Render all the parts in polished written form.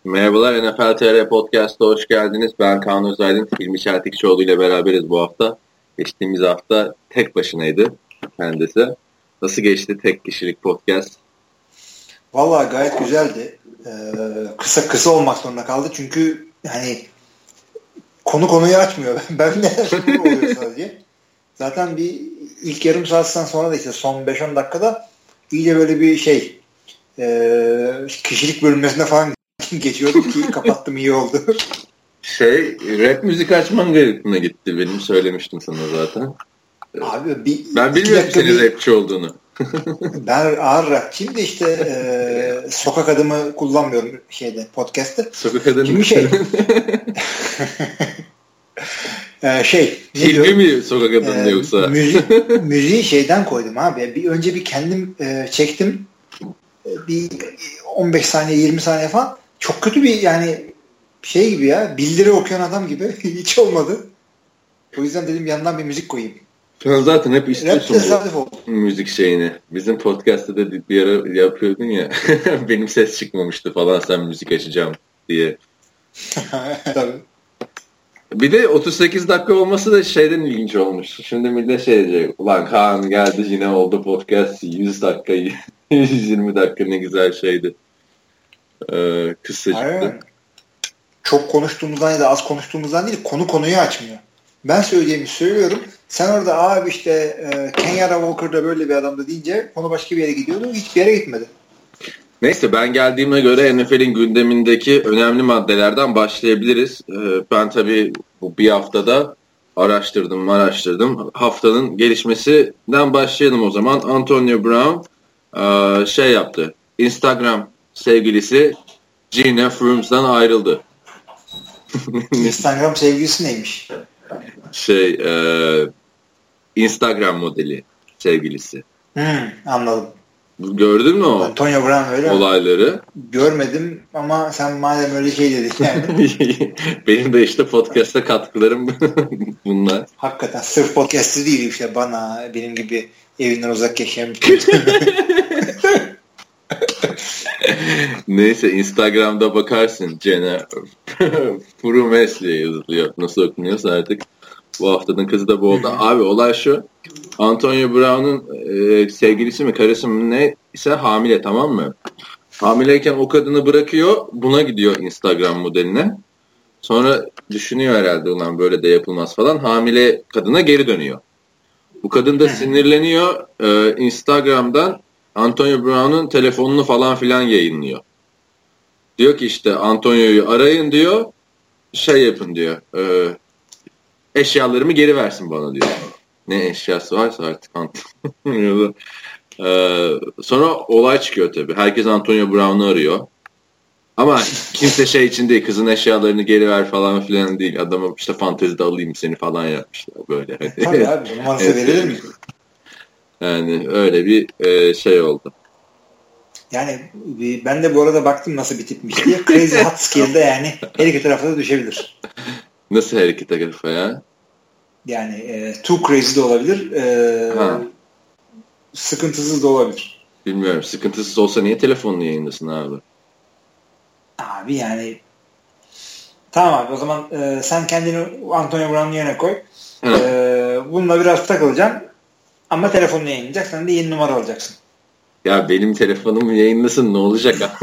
Merhabalar, NFL TR Podcast'a hoş geldiniz. Ben Kaan Özaydın, Hilmi Çeltikçioğlu ile beraberiz bu hafta. Geçtiğimiz hafta tek başınaydı kendisi. Nasıl geçti tek kişilik podcast? Vallahi gayet güzeldi. Kısa olmak zorunda kaldı çünkü hani konuyu açmıyor. Ben de oluyor sadece. Zaten bir ilk yarım saatten sonra da işte son 5-10 dakikada iyice böyle bir kişilik bölünmesine falan geçiyordum ki kapattım, iyi oldu. Rap müzik açman gerektiğine gitti. Benim söylemiştim sana zaten. Abi ben bilmiyorum senin rapçi olduğunu. Ben ağır rapçiyim de işte sokak adımı kullanmıyorum podcast'te. Sokak adımı. Kimi Hilmi mi sokak adımı yoksa? Müziği şeyden koydum abi. Önce bir kendim çektim. Bir 15 saniye 20 saniye falan. Çok kötü bir şey gibi ya. Bildiri okuyan adam gibi. Hiç olmadı. O yüzden dedim yandan bir müzik koyayım. Sen zaten hep istiyorsun bu müzik şeyini. Bizim podcast'ta da bir ara yapıyordun ya. Benim ses çıkmamıştı falan, sen müzik açacağım diye. Tabii. Bir de 38 dakika olması da şeyden ilginç olmuş. Şimdi millet diyecek. Ulan Kaan geldi yine oldu podcast 100 dakika 120 dakika ne güzel şeydi. Kısacıktı. Çok konuştuğumuzdan ya da az konuştuğumuzdan değil, konuyu açmıyor. Ben söyleyeceğimi söylüyorum. Sen orada abi Kenyatta Walker'da böyle bir adamdı deyince konu başka bir yere gidiyordu. Hiçbir yere gitmedi. Neyse, ben geldiğime göre NFL'in gündemindeki önemli maddelerden başlayabiliriz. Ben tabii bu bir haftada araştırdım. Haftanın gelişmesinden başlayalım o zaman. Antonio Brown yaptı. Instagram sevgilisi Gina Frums'dan ayrıldı. Instagram sevgilisi neymiş? Instagram modeli sevgilisi. Anladım. Gördün mü o Antonio Brown öyle olayları? Mi? Görmedim ama sen madem öyle dedin yani. Benim de işte podcast'a katkılarım bunlar. Hakikaten sırf podcast'ı değil bana, benim gibi evinden uzak yaşayan Neyse, Instagram'da bakarsın. Jenna Frumes diye yazılıyor. Nasıl okunuyorsa artık. Bu haftanın kızı da bu oldu. Abi olay şu. Antonio Brown'un sevgilisi mi karısı mı ne ise hamile, tamam mı? Hamileyken o kadını bırakıyor. Buna gidiyor Instagram modeline. Sonra düşünüyor herhalde, ulan böyle de yapılmaz falan. Hamile kadına geri dönüyor. Bu kadın da sinirleniyor. Instagram'dan Antonio Brown'un telefonunu falan filan yayınlıyor. Diyor ki işte Antonio'yu arayın diyor. Yapın diyor. Eşyalarımı geri versin bana diyor. Ne eşyası varsa artık Antonio. Sonra olay çıkıyor tabii. Herkes Antonio Brown'u arıyor. Ama kimse için değil. Kızın eşyalarını geri ver falan filan değil. Adamı işte fantezide alayım seni falan yapmışlar böyle. Tabii abi. Numarası verilir mi? Yani öyle bir oldu. Yani ben de bu arada baktım nasıl bir tipmiş diye. Crazy Hot Scale'da her iki tarafa da düşebilir. Nasıl her iki tarafa ya? Yani too crazy de olabilir. Sıkıntısız da olabilir. Bilmiyorum. Sıkıntısız olsa niye telefonunu yayınlasın abi? Abi tamam abi, o zaman sen kendini Antonio Brown'un yerine koy. Bununla biraz takılacaksın ama telefonunu yayınlayacaksın. Sen de yeni numara alacaksın. Ya benim telefonumu yayınlasın, ne olacak?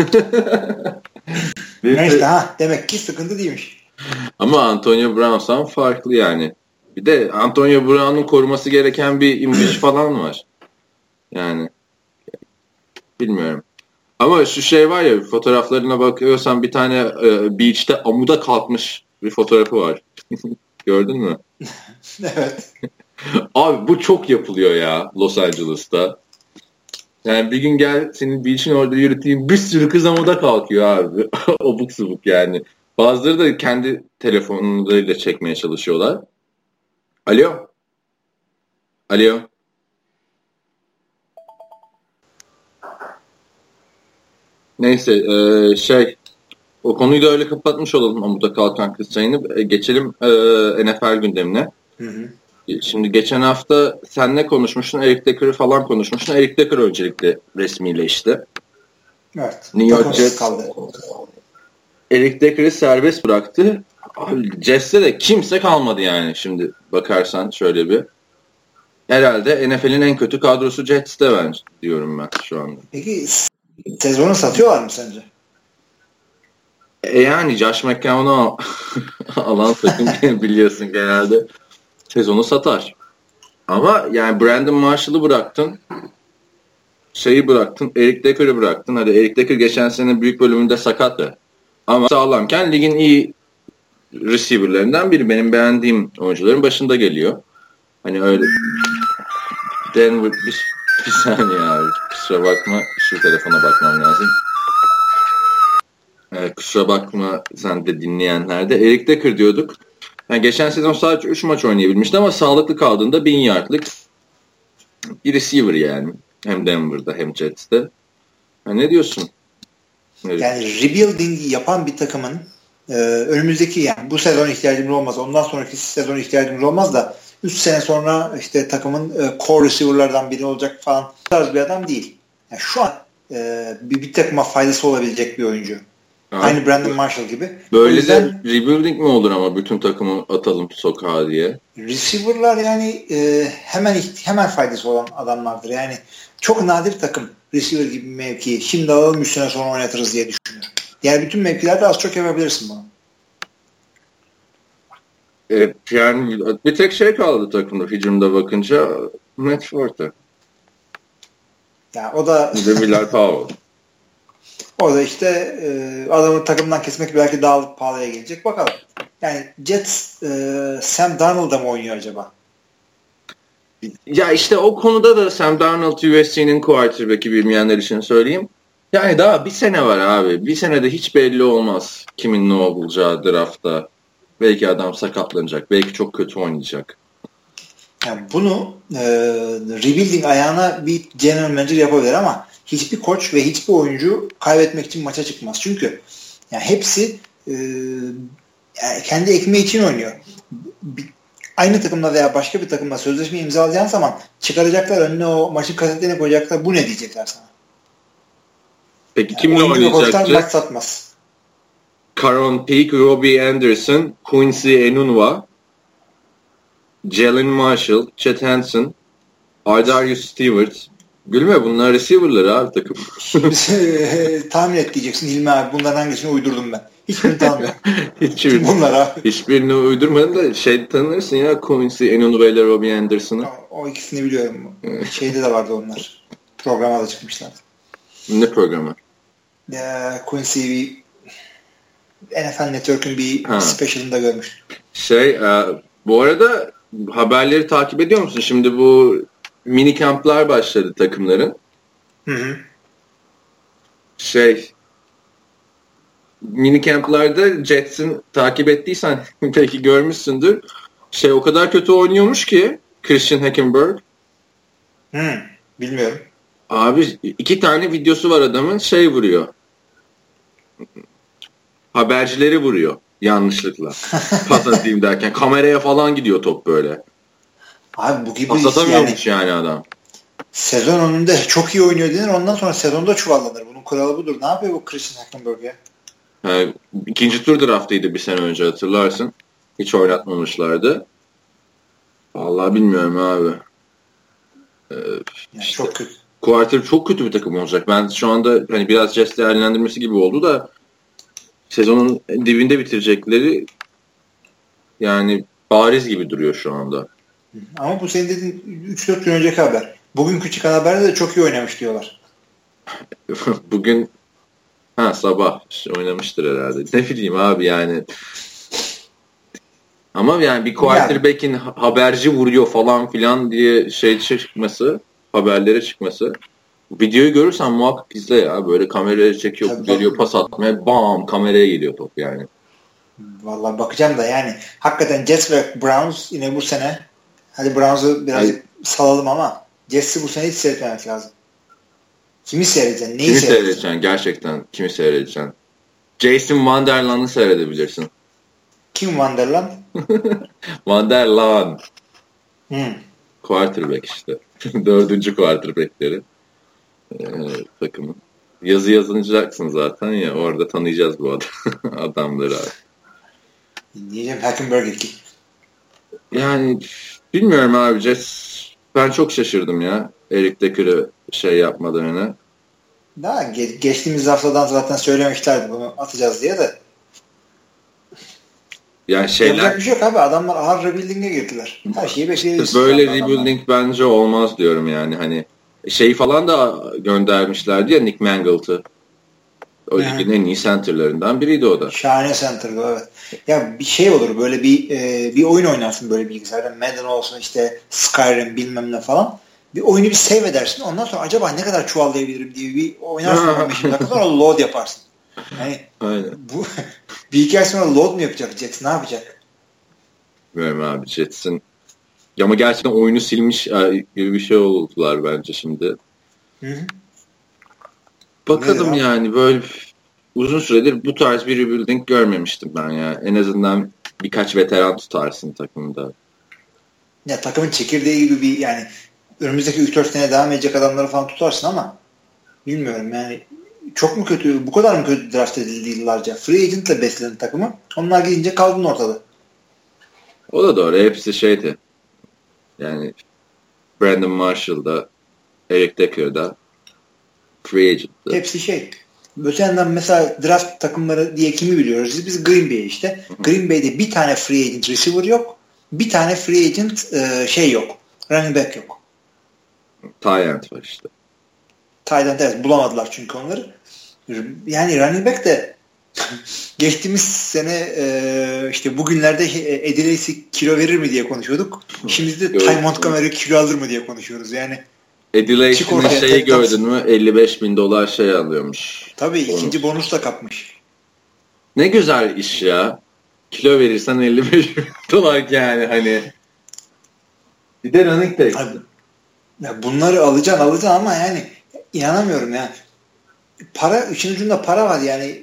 Neyse demek ki sıkıntı değilmiş. Ama Antonio Brown'san farklı yani. Bir de Antonio Brown'un koruması gereken bir imaj falan var. Yani bilmiyorum. Ama şu var ya, fotoğraflarına bakıyorsan bir tane beach'te amuda kalkmış bir fotoğrafı var. Gördün mü? Evet. Abi bu çok yapılıyor ya Los Angeles'ta. Yani bir gün gel senin beach'in orada yürüteyim, bir sürü kız amuda kalkıyor abi. Obuk subuk yani. Bazıları da kendi telefonlarıyla çekmeye çalışıyorlar. Alo? Neyse o konuyu da öyle kapatmış olalım, amuda kalkan kız sayını. Geçelim NFL gündemine. Hı. Şimdi geçen hafta sen ne konuşmuştun? Eric Decker'ı falan konuşmuştun. Eric Decker öncelikle resmileşti. Evet. New York Jets Eric Decker'ı serbest bıraktı. Abi, Jets'te de kimse kalmadı yani şimdi bakarsan şöyle bir. Herhalde NFL'in en kötü kadrosu Jets'te ben diyorum ben şu anda. Peki sezonu satıyorlar mı sence? Yani Josh McCown'u alan takım biliyorsun genelde sezonu satar. Ama yani Brandon Marshall'ı bıraktın. Bıraktın. Eric Decker'ı bıraktın. Hadi Eric Decker geçen sene büyük bölümünde sakattı. Ama sağlamken ligin iyi receiver'lerinden biri. Benim beğendiğim oyuncuların başında geliyor. Hani öyle Denver bir saniye abi. Kusura bakma. Şu telefona bakmam lazım. Kusura bakma sen de dinleyenler de. Eric Decker diyorduk. Yani geçen sezon sadece 3 maç oynayabilmişti ama sağlıklı kaldığında 1000 yardlık bir receiver yani. Hem Denver'da hem Jets'te. Ne diyorsun? Evet. Yani rebuilding yapan bir takımın önümüzdeki yani bu sezon ihtiyacımız olmaz. Ondan sonraki sezon ihtiyacımız olmaz da 3 sene sonra işte takımın core receiver'lardan biri olacak falan tarz bir adam değil. Yani şu an bir takıma faydası olabilecek bir oyuncu. Ha. Aynı Brandon Marshall gibi. Böyle yüzden, de rebuilding mi olur ama bütün takımı atalım sokağa diye? Receiver'lar yani hemen faydası olan adamlardır. Yani çok nadir takım receiver gibi bir mevki. Şimdi alalım 3 sene sonra oynatırız diye düşünüyorum. Yani bütün mevkilerde az çok yapabilirsin bunu. Evet, yani bir tek kaldı takımda hücumda bakınca Matt Forte. Ya o da Bilal Powell. O da işte adamı takımdan kesmek belki daha pahalıya gelecek. Bakalım. Yani Jets Sam Darnold'da mı oynuyor acaba? Ya işte o konuda da Sam Darnold USC'nin quarterback'i bilmeyenler için söyleyeyim. Yani daha bir sene var abi. Bir senede hiç belli olmaz kimin ne olacağı draftta. Belki adam sakatlanacak. Belki çok kötü oynayacak. Yani bunu rebuilding ayağına bir general manager yapabilir ama hiçbir koç ve hiçbir oyuncu kaybetmek için maça çıkmaz. Çünkü yani hepsi yani kendi ekmeği için oynuyor. Aynı takımda veya başka bir takımda sözleşme imzalayacağın zaman çıkaracaklar önüne o maçın kasetlerini koyacaklar. Bu ne diyecekler sana? Peki yani kimle oynayacaktı? Maç satmaz. Caron Peak, Robbie Anderson, Quincy Enunwa, Jalen Marshall, Chet Hansen, Ardarius Stewart. Gülme bunlar receiver'ları abi takım. Tahmin et diyeceksin Hilmi abi. Bunların hangisini uydurdum ben? Hiçbirini tanımıyorum. Bunlar abi. Hiçbirini uydurmadın da tanırsın ya Quincy Enunwa ile Robbie Anderson'ı. O ikisini biliyorum. Şeyde de vardı onlar. Programa da çıkmışlar. Ne programı? Quincy NFL Network'ün bir special'ında görmüştüm. Bu arada haberleri takip ediyor musun? Şimdi bu mini kamplar başladı takımların. Hı. Mini kamplarda Jets'in takip ettiysen belki görmüşsündür. O kadar kötü oynuyormuş ki Christian Hackenberg. Bilmiyorum. Abi 2 tane videosu var adamın vuruyor. Habercileri vuruyor yanlışlıkla. Pas atayım derken kameraya falan gidiyor top böyle. Abi bu gibi pas atamıyormuş yani adam. Sezon önünde çok iyi oynuyor denir. Ondan sonra sezonda çuvallanır. Bunun kuralı budur. Ne yapıyor bu Christian Hackenberg ya? 2. tur draftıydı bir sene önce hatırlarsın. Hiç oynatmamışlardı. Vallahi bilmiyorum abi. Çok kötü. Quarter çok kötü bir takım olacak. Ben şu anda biraz Jets değerlendirmesi gibi oldu da sezonun dibinde bitirecekleri yani bariz gibi duruyor şu anda. Ama bu senin dediğin 3-4 gün önceki haber. Bugünkü çıkan haberde de çok iyi oynamış diyorlar. Bugün sabah oynamıştır herhalde. Ne bileyim abi yani. Ama yani bir quarterback'in haberci vuruyor falan filan diye çıkması, haberlere çıkması. Videoyu görürsen muhakkak izle ya. Böyle kameraya çekiyor, tabii geliyor pas atmaya, bam kameraya geliyor top yani. Vallahi bakacağım da yani hakikaten Jets ve Browns yine bu sene hadi Browns'u birazcık salalım ama Jets'i bu sene hiç seyretmemek lazım. Kimi seyredeceksin? Neyi seyredeceksin? Gerçekten kimi seyredeceksin? Jason Wonderland'ı seyredebilirsin. Kim Wonderland? Wonderland. Quarterback işte. 4. quarterback'leri takımın. Yazı yazınacaksın zaten ya. Orada tanıyacağız bu adamları abi. Diyeceğim Hackenberg ki. Yani bilmiyorum abi Jets. Ben çok şaşırdım ya. Eric Decker'ı şey yapmadan öne. Daha geçtiğimiz haftadan zaten söylemişlerdi bunu atacağız diye de. Yani şeyler... Yapacak bir şey yok abi. Adamlar ağır rebuilding'e girdiler. Her şeyi bekleyebiliriz. Böyle rebuilding bence olmaz diyorum yani. Hani şeyi falan da göndermişlerdi ya, Nick Mangold'u. O ligin en iyi center'larından biriydi o da. Şahane center'dı evet. Ya bir şey olur böyle bir oyun oynarsın böyle bilgisayarda. Madden olsun işte Skyrim bilmem ne falan. Bir oyunu bir save edersin. Ondan sonra acaba ne kadar çuvallayabilirim diye bir oynarsın 15 dakika sonra load yaparsın. Yani aynen. Bu bir iki ay sonra load mu yapacak Jets? Ne yapacak? Bilmiyorum abi Jets'in. Ya ama gerçekten oyunu silmiş gibi bir şey oldular bence şimdi. Hı. Bakalım yani böyle uzun süredir bu tarz bir rebuilding görmemiştim ben ya. En azından birkaç veteran tutarsın takımda. Ya takımın çekirdeği gibi bir yani önümüzdeki 3-4 sene devam edecek adamları falan tutarsın ama bilmiyorum yani çok mu kötü, bu kadar mı kötü draft edildi yıllarca? Free agent'la besledin takımı. Onlar gidince kaldın ortada. O da doğru. Hepsi şeydi. Yani Brandon Marshall'da, Eric Decker'da free agent'tı. Hepsi şey. Öte yandan mesela draft takımları diye kimi biliyoruz? Biz Green Bay işte. Green Bay'de bir tane free agent receiver yok. Bir tane free agent şey yok. Running back yok. Tight end var işte. Tight end evet bulamadılar çünkü onları. Yani running back de geçtiğimiz sene işte bugünlerde Eddie Lacy kilo verir mi diye konuşuyorduk. Şimdi de Ty Montgomery kilo alır mı diye konuşuyoruz. Yani Eddie Lacy'nin şeyi gördün mü? $55,000 şey alıyormuş. Tabii ikinci bonus da kapmış. Ne güzel iş ya. Kilo verirsen $55,000 yani hani. Bir de running back. Ya bunları alacaksın ama yani inanamıyorum ya. Para, için ucunda para var yani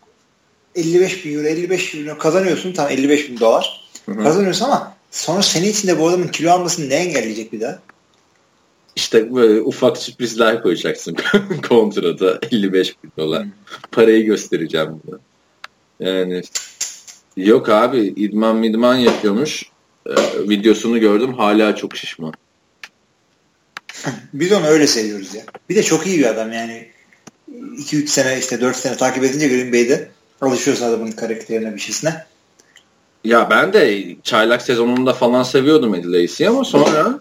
55 bin euro kazanıyorsun tam $55,000 kazanıyorsun ama sonra sene içinde bu adamın kilo almasını ne engelleyecek bir daha? İşte böyle ufak sürprizler koyacaksın kontrata $55,000. Parayı göstereceğim buna. Yani yok abi idman yapıyormuş. Videosunu gördüm hala çok şişman. Biz onu öyle seviyoruz ya. Bir de çok iyi bir adam yani 2-3 sene işte 4 sene takip edince Green Bay'de alışıyorsun adamın karakterine bir şeysine. Ya ben de çaylak sezonunda falan seviyordum Eddie Lacy'yi ama sonra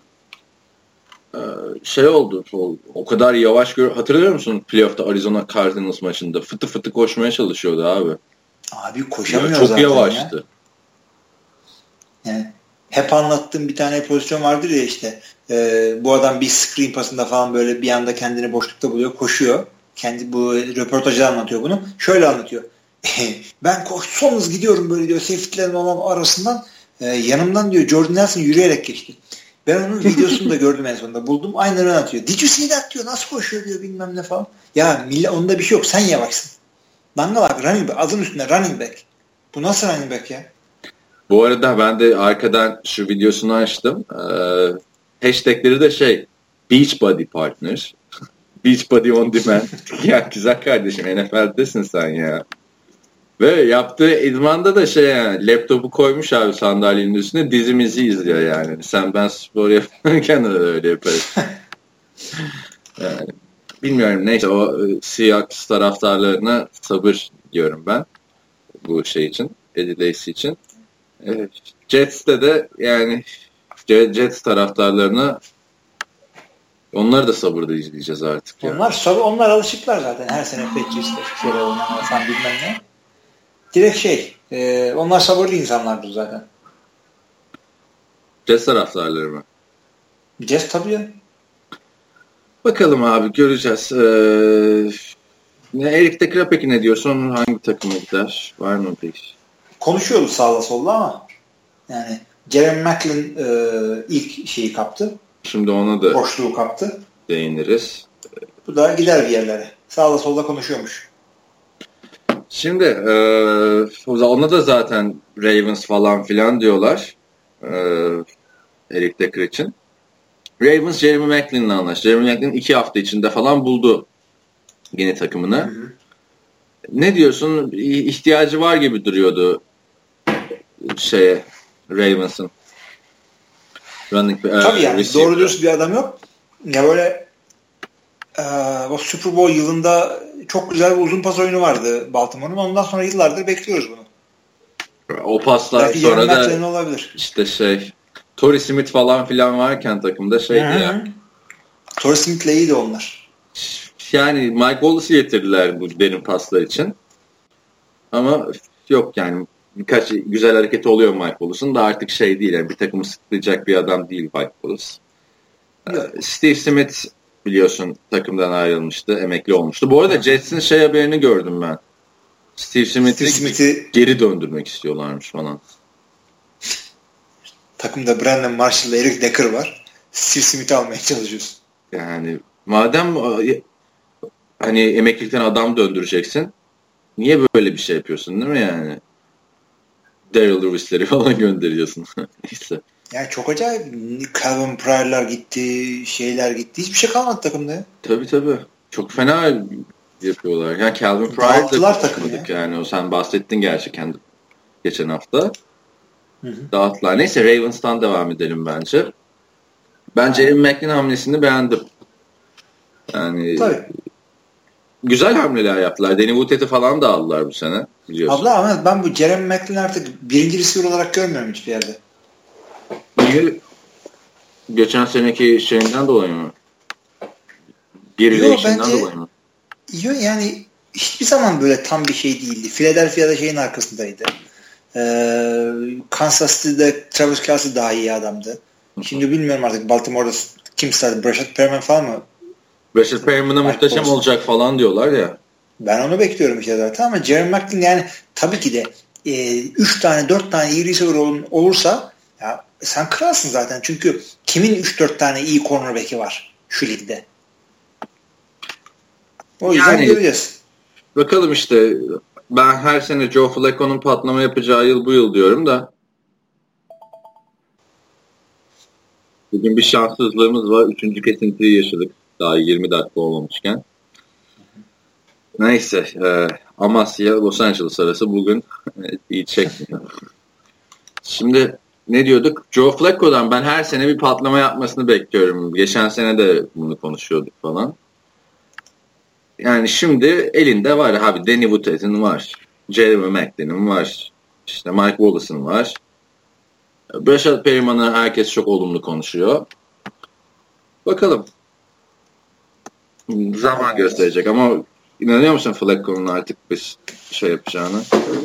şey oldu. O kadar yavaş hatırlıyor musun playoff'ta Arizona Cardinals maçında? Fıtı fıtı koşmaya çalışıyordu abi. Abi koşamıyor ya, çok zaten yavaştı. Ya. Yani hep anlattığım bir tane pozisyon vardır ya işte bu adam bir screen pasında falan böyle bir anda kendini boşlukta buluyor, koşuyor. Kendi bu röportajda anlatıyor bunu. Şöyle anlatıyor. Ben son hız gidiyorum böyle diyor. Safety'lerin olan arasından yanımdan diyor Jordan Nelson yürüyerek geçti. Ben onun videosunu da gördüm en sonunda. Buldum. Aynen öyle atıyor. Did you see that diyor. Nasıl koşuyor diyor bilmem ne falan. Ya onda bir şey yok. Sen yavaşsın. Dangalak running back. Adın üstünde running back. Bu nasıl running back ya? Bu arada ben de arkadan şu videosunu açtım. Hashtagleri de Beach Body Partner. Beach Body on Demand. Ya güzel kardeşim NFL'desin sen ya. Ve yaptığı idmanda da yani laptopu koymuş abi sandalyenin üstüne dizimizi izliyor yani. Sen ben spor yaparken de öyle yaparız. Yani bilmiyorum neyse o Seahawks taraftarlarına sabır diyorum ben bu şey için. Eddie Lacy için. Jets'te de yani Jets taraftarlarına onları da sabırla izleyeceğiz artık. Onlar alışıklar zaten her sene Patriots'ta şöyle oynamaya falan bilmem ne. Direkt onlar sabırlı insanlardır zaten. Jets taraftarları mı? Jets tabii ya. Bakalım abi göreceğiz. Eric Decker'a peki ne diyorsun? Hangi takıma gider? Var mı peki? Konuşuyoruz sağda solda ama yani Jeremy Maclin ilk şeyi kaptı. Şimdi ona da boşluğu kaptı. Değiniriz. Bu da gider bir yerlere. Sağda solda konuşuyormuş. Şimdi ona da zaten Ravens falan filan diyorlar. Eric Decker için. Ravens Jeremy Maclin'le anlaştı. Jeremy Maclin 2 hafta içinde falan buldu yeni takımına. Ne diyorsun? İhtiyacı var gibi duruyordu Ravens'ın. Tabii yani doğru dürüst bir adam yok. Ya böyle o Super Bowl yılında çok güzel bir uzun pas oyunu vardı Baltimore'un. Ondan sonra yıllardır bekliyoruz bunu. O paslar belki sonra da olabilir. İşte Torrey Smith falan filan varken takımda ya. Torrey Smith'le iyiydi onlar. Yani Mike Wallace'ı getirdiler bu derin paslar için. Ama yok yani birkaç güzel hareketi oluyor Mike Wallace'ın da artık değil yani bir takımı sıklayacak bir adam değil Mike Wallace. Steve Smith biliyorsun takımdan ayrılmıştı, emekli olmuştu. Bu arada Jets'in haberini gördüm ben. Steve Smith'i geri döndürmek istiyorlarmış falan. Takımda Brandon Marshall ile Eric Decker var. Steve Smith'i almaya çalışıyorsun. Yani madem hani emeklilikten adam döndüreceksin, niye böyle bir şey yapıyorsun değil mi yani? Daryl Lewis'leri falan gönderiyorsun. Neyse. Yani çok acayip. Calvin Pryor'lar gitti, şeyler gitti. Hiçbir şey kalmadı takımda ya. Tabii. Çok fena yapıyorlar. Yani Calvin Pryor'ı da takmadık yani. O sen bahsettin gerçekten geçen hafta. Dağıttılar. Neyse Ravens'tan devam edelim bence. Ben Jeremy Maclin hamlesini beğendim. Yani güzel hamleler yaptılar. Danny Woodhead'i falan da aldılar bu sene. Biliyorsun. Abla ama ben bu Jeremy Maclin'i artık birinci receiver olarak görmüyorum hiçbir yerde. Niye? Geçen seneki şeyinden dolayı mı? Bence dolayı mı? Yok yani hiçbir zaman böyle tam bir şey değildi. Philadelphia'da arkasındaydı. Kansas City'de Travis Kelce daha iyi adamdı. Şimdi bilmiyorum artık Baltimore'da kim stardı? Brashad Perriman falan mı? Brashad Perriman'a muhteşem olacak falan diyorlar ya. Ben onu bekliyorum işte zaten ama Jeremy Maclin yani tabii ki de 3 tane 4 tane iyi receiver olursa ya sen kralsın zaten. Çünkü kimin 3-4 tane iyi cornerback'i var şu ligde? O yüzden göreceğiz. Bakalım işte ben her sene Joe Flacco'nun patlama yapacağı yıl bu yıl diyorum da bugün bir şanssızlığımız var. 3. kesintiyi yaşadık. Daha 20 dakika olmamışken. Neyse. Amasya Los Angeles arası bugün iyi çekmiyor. Şimdi ne diyorduk? Joe Flacco'dan ben her sene bir patlama yapmasını bekliyorum. Geçen sene de bunu konuşuyorduk falan. Yani şimdi elinde var abi. Danny Woodhead'in var. Jeremy Maclin'in var. İşte Mike Wallace'ın var. Brashad Perriman'ı herkes çok olumlu konuşuyor. Bakalım. Zaman gösterecek ama inanıyor musun Flacco'nun artık bir şey yapacağını?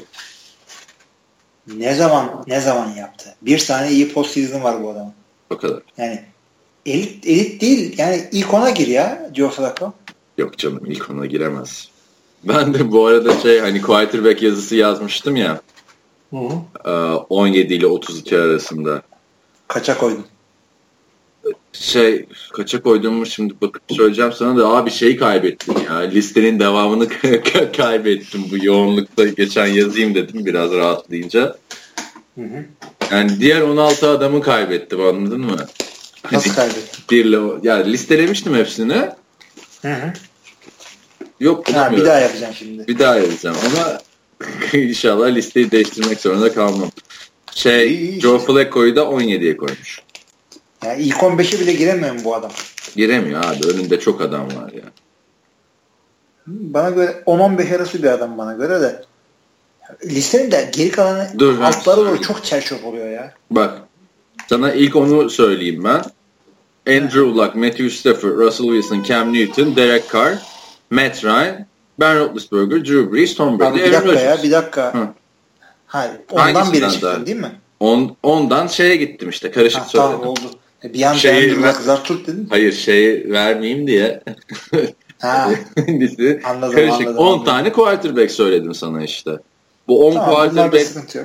Ne zaman yaptı? Bir tane iyi postseason var bu adamın. O kadar. Yani elit değil. Yani ilk ona gir ya Joe Flacco. Yok canım ilk ona giremez. Ben de bu arada hani quarterback yazısı yazmıştım ya. 17 ile 32 arasında. Kaça koydun? Kaça koyduğumu şimdi bakıp söyleyeceğim sana da abi kaybettim ya. Listenin devamını kaybettim. Bu yoğunlukta geçen yazayım dedim biraz rahatlayınca. Yani diğer 16 adamı kaybettim anladın mı? Nasıl kaybettin? Yani listelemiştim hepsini. Yok bir daha yapacağım şimdi. Bir daha yapacağım ama inşallah listeyi değiştirmek zorunda kalmam. Joe Flacco'yu da 17'ye koymuş. Yani ilk 15'e bile giremiyor mu bu adam? Giremiyor abi. Önünde çok adam var ya. Bana göre 10-15 arası bir adam bana göre de. Listenin de geri kalanı altları doğru çok çerçöp oluyor ya. Bak. Sana ilk onu söyleyeyim ben. Andrew Luck, Matthew Stafford, Russell Wilson, Cam Newton, Derek Carr, Matt Ryan, Ben Roethlisberger, Drew Brees, Tom Brady, Aaron Rodgers. Bir dakika. Hayır. Ondan biri çıktın değil mi? Ondan gittim işte. Karışık söyledim. Tamam oldu. Bir an Andrew Tut dedin. Hayır vermeyeyim diye. Anladım. 10 tane quarterback söyledim sana işte. Bu 10 quarterback.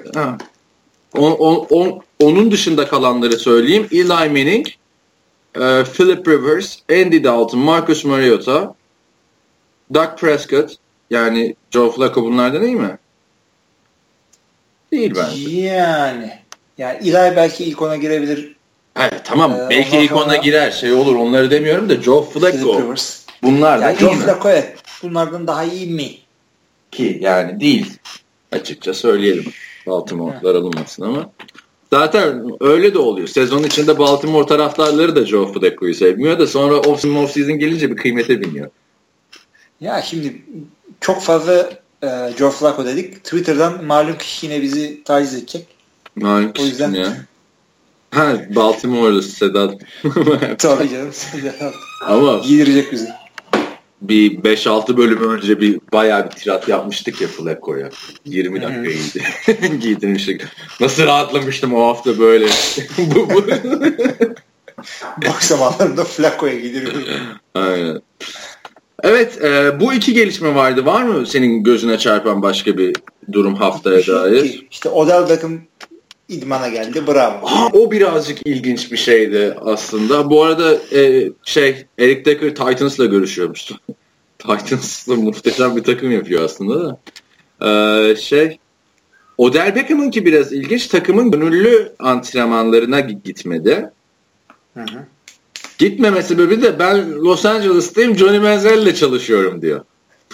Onun dışında kalanları söyleyeyim. Eli Manning, Philip Rivers, Andy Dalton, Marcus Mariota, Dak Prescott, yani Joe Flacco bunlardan iyi mi? Değil bence. Yani Eli belki ilk ona girebilir. Evet tamam. Belki ilk ona girer. Olur onları demiyorum da Joe Flacco. Bunlardan Joe Flacco bunlardan daha iyi mi? Ki yani değil. Açıkça söyleyelim. Baltimore'lar alınmasın ama. Zaten öyle de oluyor. Sezon içinde Baltimore taraftarları da Joe Flacco'yu sevmiyor da sonra off-season gelince bir kıymete biniyor. Ya şimdi çok fazla Joe Flacco dedik. Twitter'dan malum kişi yine bizi taciz edecek. Malum kişi o yüzden... ya. Ha, Baltimore'lu Sedat. Tabii canım Sedat. Ama giydirecek bizi. Bir 5-6 bölüm önce bayağı bir tirat yapmıştık ya Flacco'ya. 20 dakika giydirmiştik. Nasıl rahatlamıştım o hafta böyle. Bak zamanlarında Flacco'ya giydiriyorum. Aynen. Evet, bu iki gelişme vardı. Var mı senin gözüne çarpan başka bir durum haftaya dair? İşte Odell Beckham idmana geldi. Bravo. O birazcık ilginç bir şeydi aslında. Bu arada Eric Decker Titans'la görüşüyormuştu. Titans'la muhteşem bir takım yapıyor aslında da. Odell Beckham'ınki biraz ilginç. Takımın gönüllü antrenmanlarına gitmedi. Hı. Gitmeme sebebi de ben Los Angeles'tayım, Johnny Manziel'le çalışıyorum diyor.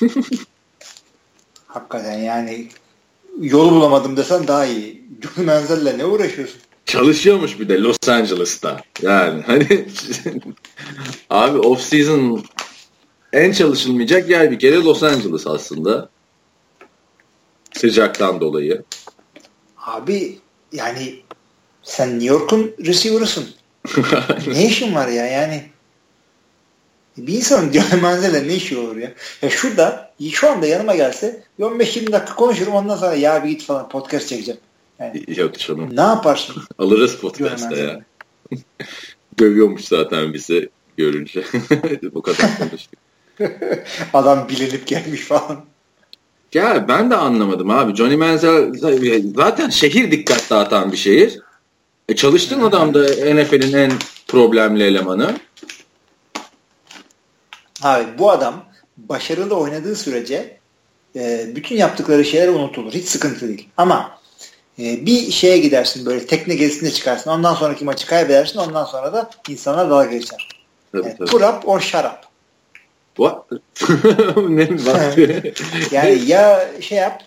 Hakikaten yani yolu bulamadım desen daha iyi. Johnny Manziel'le ne uğraşıyorsun? Çalışıyormuş bir de Los Angeles'ta. Yani hani abi off season en çalışılmayacak yer bir kere Los Angeles aslında. Sıcaktan dolayı. Abi yani sen New York'un receiver'ısın. Ne işin var ya yani? Bir insanın Johnny Manziel'le ne işi olur ya? Ya şu anda yanıma gelse 15-20 dakika konuşurum ondan sonra ya bir git falan podcast çekeceğim. Yani, yok canım. Ne yaparsın? Alırız podcast'ta ya. Dövüyormuş zaten bizi görünce. Bu kadar konuştuk. Adam bilinip gelmiş falan. Ya ben de anlamadım abi. Johnny Manziel zaten şehir dikkat dağıtan bir şehir. Çalıştığın adam da NFL'in en problemli elemanı. Abi bu adam başarılı oynadığı sürece bütün yaptıkları şeyler unutulur. Hiç sıkıntı değil. Ama bir şeye gidersin böyle tekne gezisine çıkarsın. Ondan sonraki maçı kaybedersin. Ondan sonra da insanlar dalga geçer. Tabii. Put up or shut up. What? Yani ya yap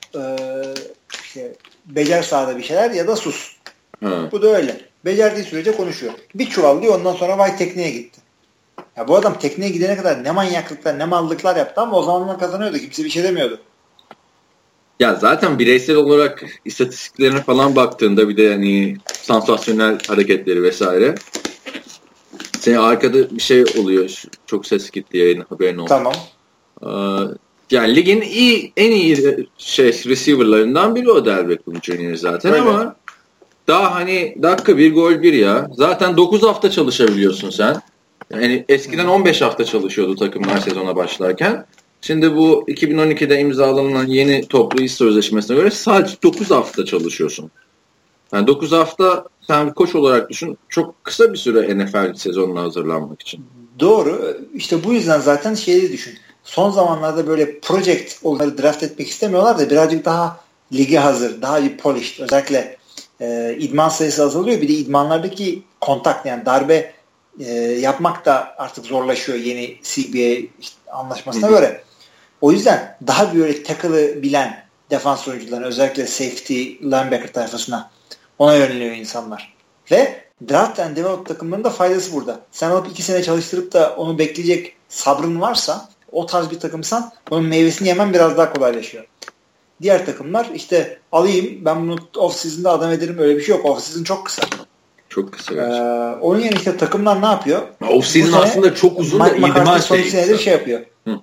becer sahada bir şeyler ya da sus. Bu da öyle. Becerdiği sürece konuşuyor. Bir çuvallıyor ondan sonra vay tekneye gitti. Ya bu adam tekneye gidene kadar ne manyaklıklar ne mallıklar yaptı ama o zamanlar kazanıyordu. Kimse bir şey demiyordu. Ya zaten bireysel olarak istatistiklerine falan baktığında bir de hani sansasyonel hareketleri vesaire. Senin arkada bir şey oluyor. Çok ses gitti yayın haberin oldu. Tamam. Yani ligin en iyi receiver'larından biri Odell Beckham Jr. zaten öyle. Ama daha hani dakika bir gol bir ya. Zaten 9 hafta çalışabiliyorsun sen. Yani eskiden 15 hafta çalışıyordu takımlar sezona başlarken. Şimdi bu 2012'de imzalanan yeni toplu iş sözleşmesine göre sadece 9 hafta çalışıyorsun. Yani 9 hafta sen bir koç olarak düşün. Çok kısa bir süre NFL sezonuna hazırlanmak için. Doğru. İşte bu yüzden zaten şeyi düşün. Son zamanlarda böyle project onları draft etmek istemiyorlar da birazcık daha lige hazır, daha bir polished. Özellikle idman sayısı azalıyor. Bir de idmanlardaki kontak yani darbe yapmak da artık zorlaşıyor yeni CBA anlaşmasına göre. O yüzden daha böyle tackle'ı bilen defans oyuncularına özellikle safety, linebacker tayfasına ona yöneliyor insanlar. Ve draft and develop takımlarının da faydası burada. Sen alıp 2 sene çalıştırıp da onu bekleyecek sabrın varsa o tarz bir takımsan onun meyvesini yemen biraz daha kolaylaşıyor. Diğer takımlar işte alayım ben bunu off-season'da adam ederim öyle bir şey yok. Off-season çok kısa. Çok kısa. Onun yerine işte takımlar ne yapıyor? Off-season aslında çok uzun da idman son senedir şey yapıyor.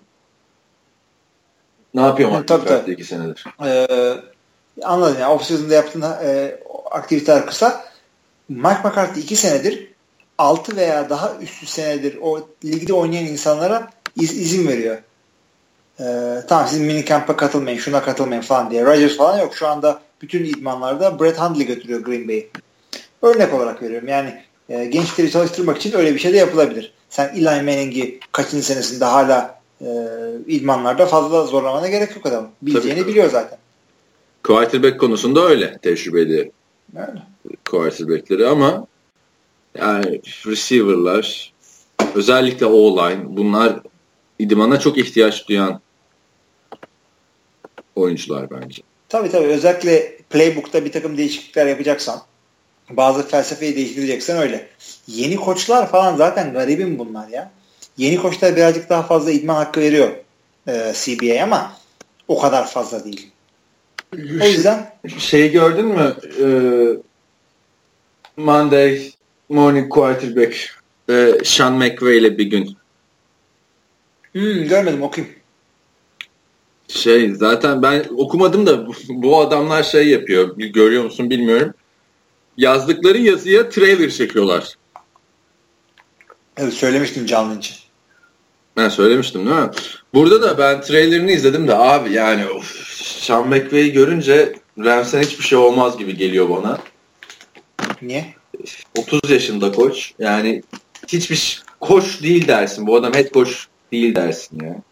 Ne yapıyor McCarthy 2 senedir? Anladın ya. Off-season'da yaptığın aktiviteler kısa. Mike McCarthy 2 senedir 6 veya daha üstü senedir o ligde oynayan insanlara izin veriyor. Tamam siz minikamp'a katılmayın, şuna katılmayın falan diye. Rodgers falan yok. Şu anda bütün idmanlarda Brett Hundley götürüyor Green Bay'i. Örnek olarak veriyorum. Yani gençleri çalıştırmak için öyle bir şey de yapılabilir. Sen Eli Manning'i kaçıncı senesinde hala idmanlarda fazla zorlamana gerek yok adam. Bileceğini biliyor zaten. Quarterback konusunda öyle tecrübeli quarterback'leri ama yani receiver'lar özellikle O-line bunlar idmana çok ihtiyaç duyan oyuncular bence. Tabii özellikle playbook'ta bir takım değişiklikler yapacaksan, bazı felsefeyi değiştireceksen öyle. Yeni koçlar falan zaten garibim bunlar ya. Yeni koçlar birazcık daha fazla idman hakkı veriyor CBA ama o kadar fazla değil. O yüzden şeyi gördün mü? Monday Morning Quarterback Sean McVay ile bir gün. Görmedim, okuyayım. Zaten ben okumadım da bu adamlar şey yapıyor. Görüyor musun bilmiyorum. Yazdıkları yazıya trailer çekiyorlar. Evet, söylemiştim canlı için. Ben söylemiştim değil mi? Burada da ben trailerini izledim de abi yani Sean McVay'i görünce Rams'ten hiçbir şey olmaz gibi geliyor bana. Niye? 30 yaşında koç. Yani hiçbir koç değil dersin. Bu adam head coach değil dersin ya.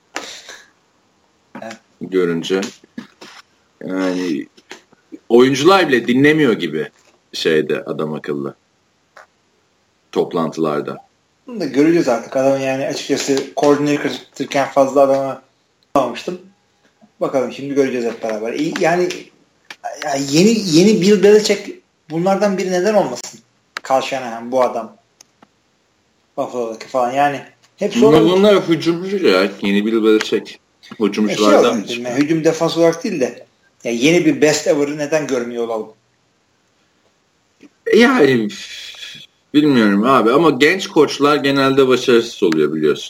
Evet. Görünce. Yani oyuncular bile dinlemiyor gibi adam akıllı. Toplantılarda. Bunu da göreceğiz artık. Adam yani açıkçası coordinator'ken fazla adama almıştım. Bakalım şimdi göreceğiz hep beraber. Yani yeni Bill Belichick bunlardan biri neden olmasın? Kyle Shanahan bu adam. Buffalo'daki falan yani. Hepsi bunlar hücumcu ya. Yeni Bill Belichick. Hücumculardan. Hücum defans olarak değil de yani yeni bir best ever'ı neden görmüyor olalım? Yani bilmiyorum abi ama genç koçlar genelde başarısız oluyor biliyorsun.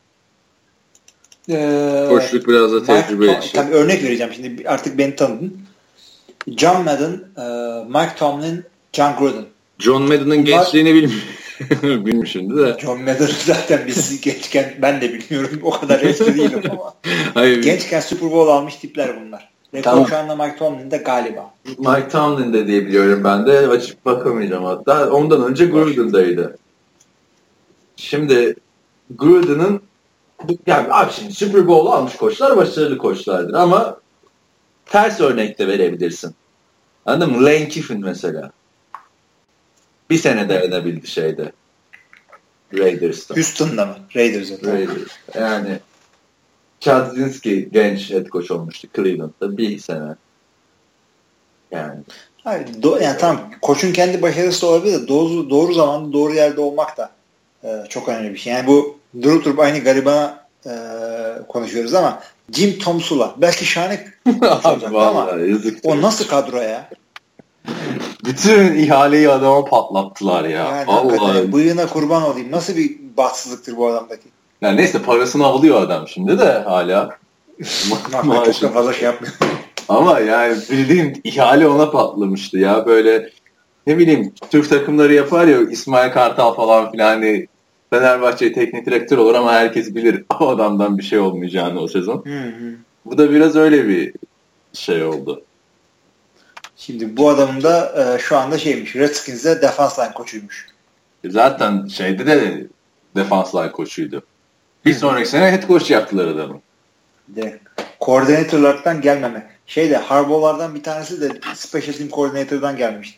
Koçluk biraz da tecrübe işi. Tabii örnek vereceğim şimdi artık beni tanıdın. John Madden, Mike Tomlin, John Gruden. John Madden'ın gençliğini bilmiyorum şimdi de. John Madden zaten biz gençken ben de bilmiyorum o kadar eski değilim ama. Hayır. Gençken Super Bowl almış tipler bunlar. Rekor şu anda Mike Tomlin'de galiba. Mike Tomlin'de diye biliyorum ben de. Açıp bakamayacağım hatta. Ondan önce Gruden'daydı. Şimdi Gruden'ın yani abi şimdi Super Bowl almış koçlar başarılı koçlardır ama ters örnek de verebilirsin. Anladın mı? Lane Kiffin mesela. Bir sene dayanabildi Raiders'ta. Houston'da mı? Raiders'da. Raiders. Yani Chad Zinski genç head coach olmuştu Cleveland'da bir sene. Yani. Hayır, yani tamam koçun kendi başarısı olabilir de doğru zamanda doğru yerde olmak da çok önemli bir şey. Yani bu durup aynı garibana konuşuyoruz ama Jim Tomsula belki şahane olacaktı ama o nasıl kadro ya? Bütün ihaleyi adama patlattılar ya. Yani hakikaten bıyığına kurban olayım. Nasıl bir bahtsızlıktır bu adamdaki? Yani neyse parasını alıyor adam şimdi de hala. Çok da fazla şey yapmıyor. Ama yani bildiğin ihale ona patlamıştı ya. Böyle ne bileyim Türk takımları yapar ya İsmail Kartal falan filan hani Fenerbahçe teknik direktör olur ama herkes bilir o adamdan bir şey olmayacağını o sezon. Bu da biraz öyle bir şey oldu. Şimdi bu adamın da şu anda Redskins'de defans line koçuymuş. Zaten de defans line koçuydu. Bir sonraki sene head coach yaptılar adamı. Koordinatörlerden gelmeme. Harbaugh'lardan bir tanesi de Special Team Coordinator'dan gelmişti.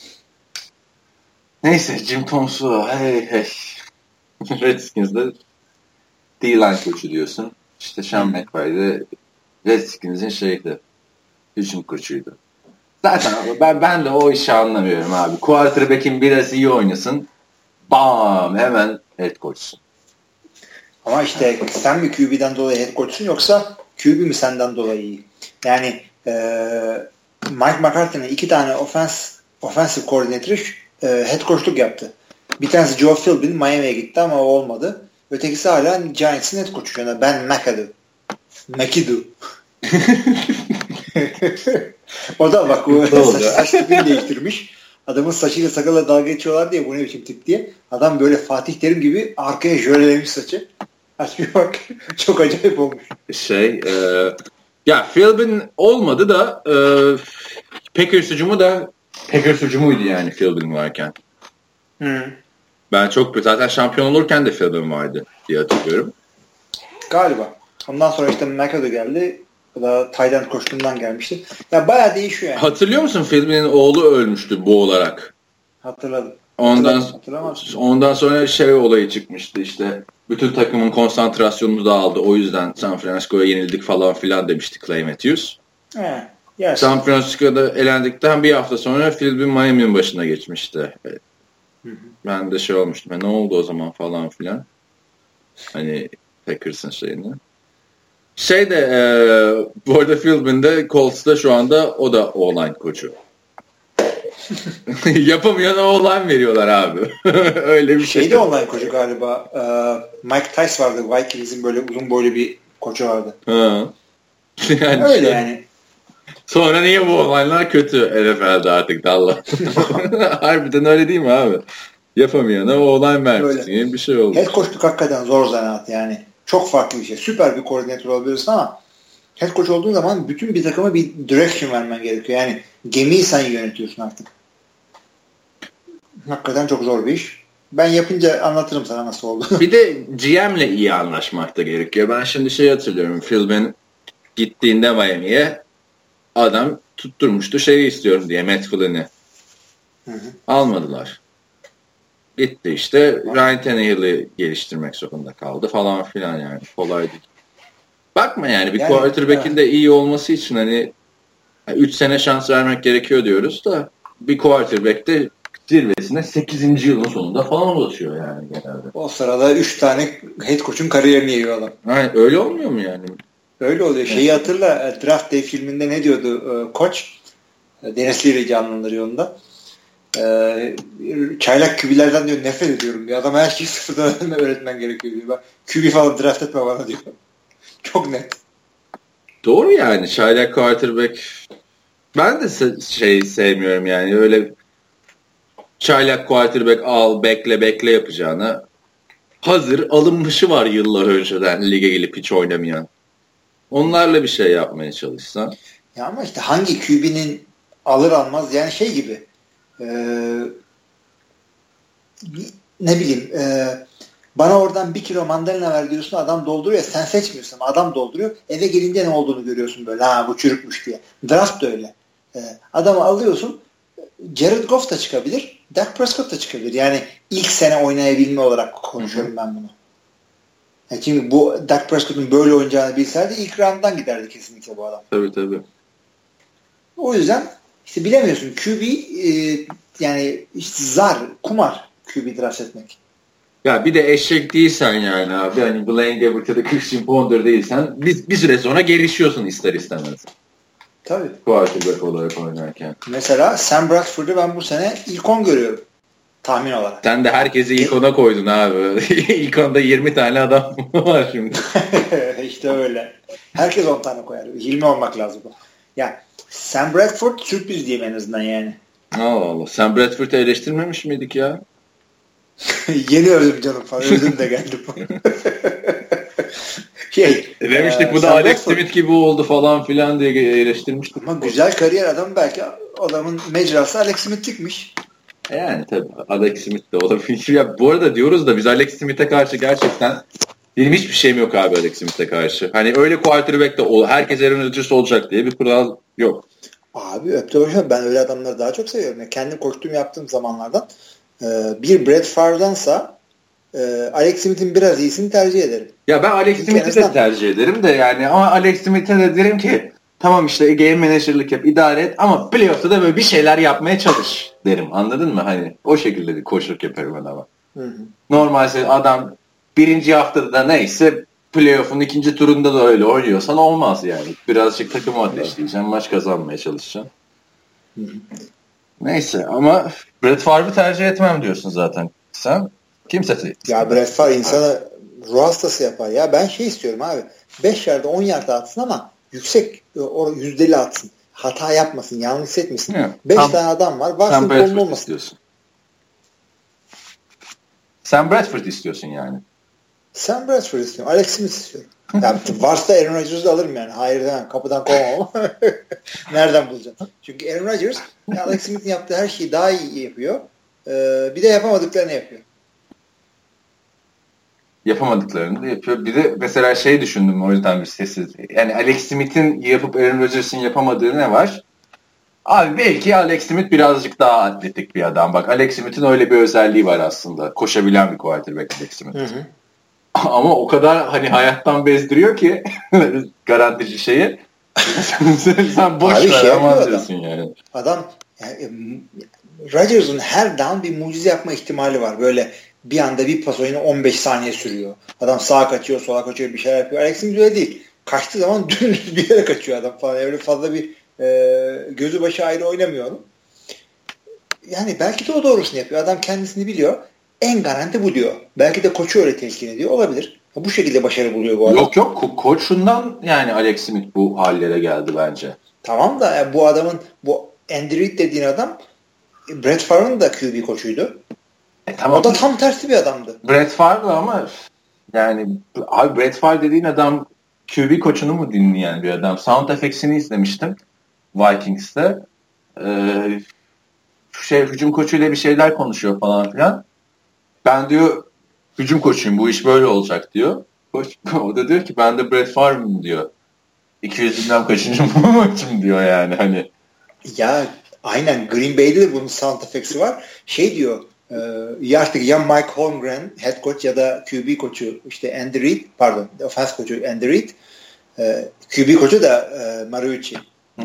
Neyse Jim Tomsula hey. Redskins'de D-line koçu diyorsun. İşte Sean McVay de Redskins'in hücum koçuydu. Zaten ben de o işi anlamıyorum abi. Quarterback'in biraz iyi oynasın. Bam hemen head coach'sun. Ama işte sen mi QB'den dolayı head coach'sun yoksa QB mi senden dolayı iyi? Yani Mike McCarthy'nin 2 tane offensive coordinator'ı head coach'luk yaptı. Bir tanesi Joe Philbin Miami'ye gitti ama o olmadı. Ötekisi hala Giants'in head coach'u. Yani Ben McAdoo. O da bak saç tipini değiştirmiş. Adamın saçıyla sakalla dalga geçiyorlar diye bu ne biçim tip diye. Adam böyle Fatih Terim gibi arkaya jölelemiş saçı. Açmıyor bak. Çok acayip olmuş. Ya Philbin olmadı da Packers hücumuydu yani Philbin varken. Ben zaten şampiyon olurken de Philbin vardı diye hatırlıyorum. Galiba. Ondan sonra işte McAdoo geldi. O da tight end koştuğundan gelmişti. Ya bayağı değişiyor yani. Hatırlıyor musun Philbin'in oğlu ölmüştü boğularak? Hatırladım. Ondan sonra şey olayı çıkmıştı işte. Bütün takımın konsantrasyonunu dağıldı. O yüzden San Francisco'ya yenildik falan filan demişti Clay Matthews. Yes. San Francisco'da elendikten bir hafta sonra Philbin Miami'nin başına geçmişti. Ben de şey olmuştum. Ne oldu o zaman falan filan. Hani Packers'ın şeyini. Bu arada Philbin de Colts'ta şu anda o da O-line koçu. Yapamayana O-line veriyorlar abi. Öyle bir şey. Şeyde O-line koçu galiba. Mike Tice vardı. Vikings'in böyle uzun boylu bir koçu vardı. Ha. Yani öyle yani. Sonra niye bu O-line'lar kötü NFL'de artık Dallas? Harbiden öyle değil mi abi? Yapamayana O-line vermişsin gibi bir şey oldu. Head coachluk hakikaten zor zanaat yani. Çok farklı bir şey. Süper bir koordinatör olabilirsin ama head coach olduğun zaman bütün bir takıma bir direction vermen gerekiyor. Yani gemiyi sen yönetiyorsun artık. Hakikaten çok zor bir iş. Ben yapınca anlatırım sana nasıl oldu. Bir de GM'le iyi anlaşmak da gerekiyor. Ben şimdi hatırlıyorum. Philbin gittiğinde Miami'ye adam tutturmuştu şeyi istiyorum diye Matt Flynn'i. Almadılar. Gitti işte Ryan Tannehill'i geliştirmek zorunda kaldı falan filan yani. Kolay değil. Bakma yani bir quarterback'in de iyi olması için hani 3 sene şans vermek gerekiyor diyoruz da bir quarterback de zirvesine 8. yılın sonunda falan ulaşıyor yani genelde. O sırada 3 tane head coach'un kariyerini yiyor adam. Aynen, öyle olmuyor mu yani? Öyle oluyor. Şeyi hatırla Draft Day filminde ne diyordu koç? Dennis Leary canlandırıyor onda. Çaylak kübilerden diyor nefret ediyorum diyor. Adam her şeyi sıfırdan öğretmen gerekiyor diyor. Ben kübi falan draft etme bana diyor. Çok net. Doğru yani. Çaylak quarterback ben de sevmiyorum yani. Öyle çaylak quarterback al bekle yapacağına hazır alınmışı var yıllar önceden lige gelip hiç oynamayan. Onlarla bir şey yapmaya çalışsan. Ya ama işte hangi QB'nin alır almaz yani şey gibi ne bileyim bana oradan 1 kilo mandalina ver diyorsun adam dolduruyor sen seçmiyorsun adam dolduruyor eve gelince ne olduğunu görüyorsun böyle bu çürükmüş diye. Draft da öyle. Adamı alıyorsun Jared Goff da çıkabilir Dak Prescott da çıkabilir. Yani ilk sene oynayabilme olarak konuşuyorum ben bunu. Yani şimdi bu Dak Prescott'un böyle oynayacağını bilseydi ilk round'dan giderdi kesinlikle bu adam. Tabii. O yüzden işte bilemiyorsun. QB yani işte kumar QB draft etmek. Ya bir de eşek değilsen yani abi. Hani Blaine Gabbert ya da Christian Ponder değilsen bir süre sonra gelişiyorsun ister istemez. Tabii. Quarterback olarak oynarken. Mesela Sam Bradford'u ben bu sene ilk 10 görüyorum. Tahmin olarak. Sen de herkesi ilk 10'a koydun abi. İlk 10'da 20 tane adam var şimdi. İşte öyle. Herkes 10 tane koyar. 20 olmak lazım. Ya Sam Bradford sürpriz diyeyim en azından yani. Allah Allah. Sam Bradford'u eleştirmemiş miydik ya? Yeni öldüm canım falan. Öldüm de geldim. Demiştik bu da Alex Bradford Smith gibi oldu falan filan diye eleştirmiştik. Ama güzel kariyer adam belki adamın mecrası Alex Smith'likmiş. Yani tabii Alex Smith de olabilir. Ya bu arada diyoruz da biz Alex Smith'e karşı gerçekten benim hiçbir şeyim yok abi Alex Smith'e karşı. Hani öyle quarterback de herkes Aaron Rodgers olacak diye bir kural yok. Abi ben öyle adamları daha çok seviyorum. Yani kendim koştuğum yaptığım zamanlardan bir Brett Favre'dansa Alex Smith'in biraz iyisini tercih ederim. Ya ben Alex Smith'i de tercih ederim de yani ama Alex Smith'e de derim ki tamam işte game manager'lık yap, idare et ama playoff'ta da böyle bir şeyler yapmaya çalış derim. Anladın mı? Hani o şekilde bir koçluk yaparım adama. Normalse adam birinci haftada da neyse playoff'un ikinci turunda da öyle oynuyorsan olmaz yani. Birazcık takımı ateşleyeceksin, maç kazanmaya çalışacaksın. Neyse ama Brett Favre'ı tercih etmem diyorsun zaten. Sen kimse ya Brett Favre insana ruh hastası yapar ya. Ben istiyorum abi. 5 yerde 10 yerde atsın ama yüksek yüzdeli atsın. Hata yapmasın, yanlış hissetmesin. 5 tane adam var. Varsın kolun olmasın. Istiyorsun. Sam Bradford istiyorsun yani. Sam Bradford istiyorum. Alex Smith istiyorum. Yani varsa Aaron Rodgers'ı alırım yani. Hayır demem. Kapıdan kovamam. Nereden bulacağım? Çünkü Aaron Rodgers Alex Smith'in yaptığı her şeyi daha iyi yapıyor. Bir de yapamadıklarını yapıyor. Yapamadıklarını da yapıyor. Bir de mesela düşündüm o yüzden bir sessiz. Yani Alex Smith'in yapıp Aaron Rodgers'ın yapamadığı ne var? Abi belki Alex Smith birazcık daha atletik bir adam. Bak Alex Smith'in öyle bir özelliği var aslında. Koşabilen bir quarterback Alex Smith. Hı. Ama o kadar hani hayattan bezdiriyor ki garantici şeyi. sen boş ver şey aman diyorsun yani. Adam yani, Rodgers'ın her down bir mucize yapma ihtimali var. Böyle bir anda bir pas oyunu 15 saniye sürüyor. Adam sağa kaçıyor, sola kaçıyor, bir şeyler yapıyor. Alex Smith öyle değil. Kaçtığı zaman dümdüz bir yere kaçıyor adam falan. Öyle fazla bir gözü başı ayrı oynamıyor. Yani belki de o doğrusunu yapıyor. Adam kendisini biliyor. En garanti bu diyor. Belki de koçu öyle telkin ediyor. Olabilir. Bu şekilde başarı buluyor bu adam. Yok koçundan yani Alex Smith bu hallere geldi bence. Tamam da yani bu adamın bu Andy Reid dediğin adam Brett Favre'ın da QB koçuydu. Tamam. O da tam tersi bir adamdı. Brett Favre ama yani abi Brett Favre dediğin adam QB koçunu mu dinleyen bir adam? Sound Effects'ini izlemiştim Vikings'te. Hücum koçuyla bir şeyler konuşuyor falan filan. Ben diyor hücum koçuyum bu iş böyle olacak diyor. Koç, o da diyor ki ben de Brett Favre'ım diyor. 200 bilmem kaçıncı maçım diyor yani hani. Ya aynen Green Bay'de de bunun sound effects'i var. Şey diyor artık ya Mike Holmgren head coach ya da QB koçu işte Andy Reid offense koçu Andy Reid QB koçu da Mariucci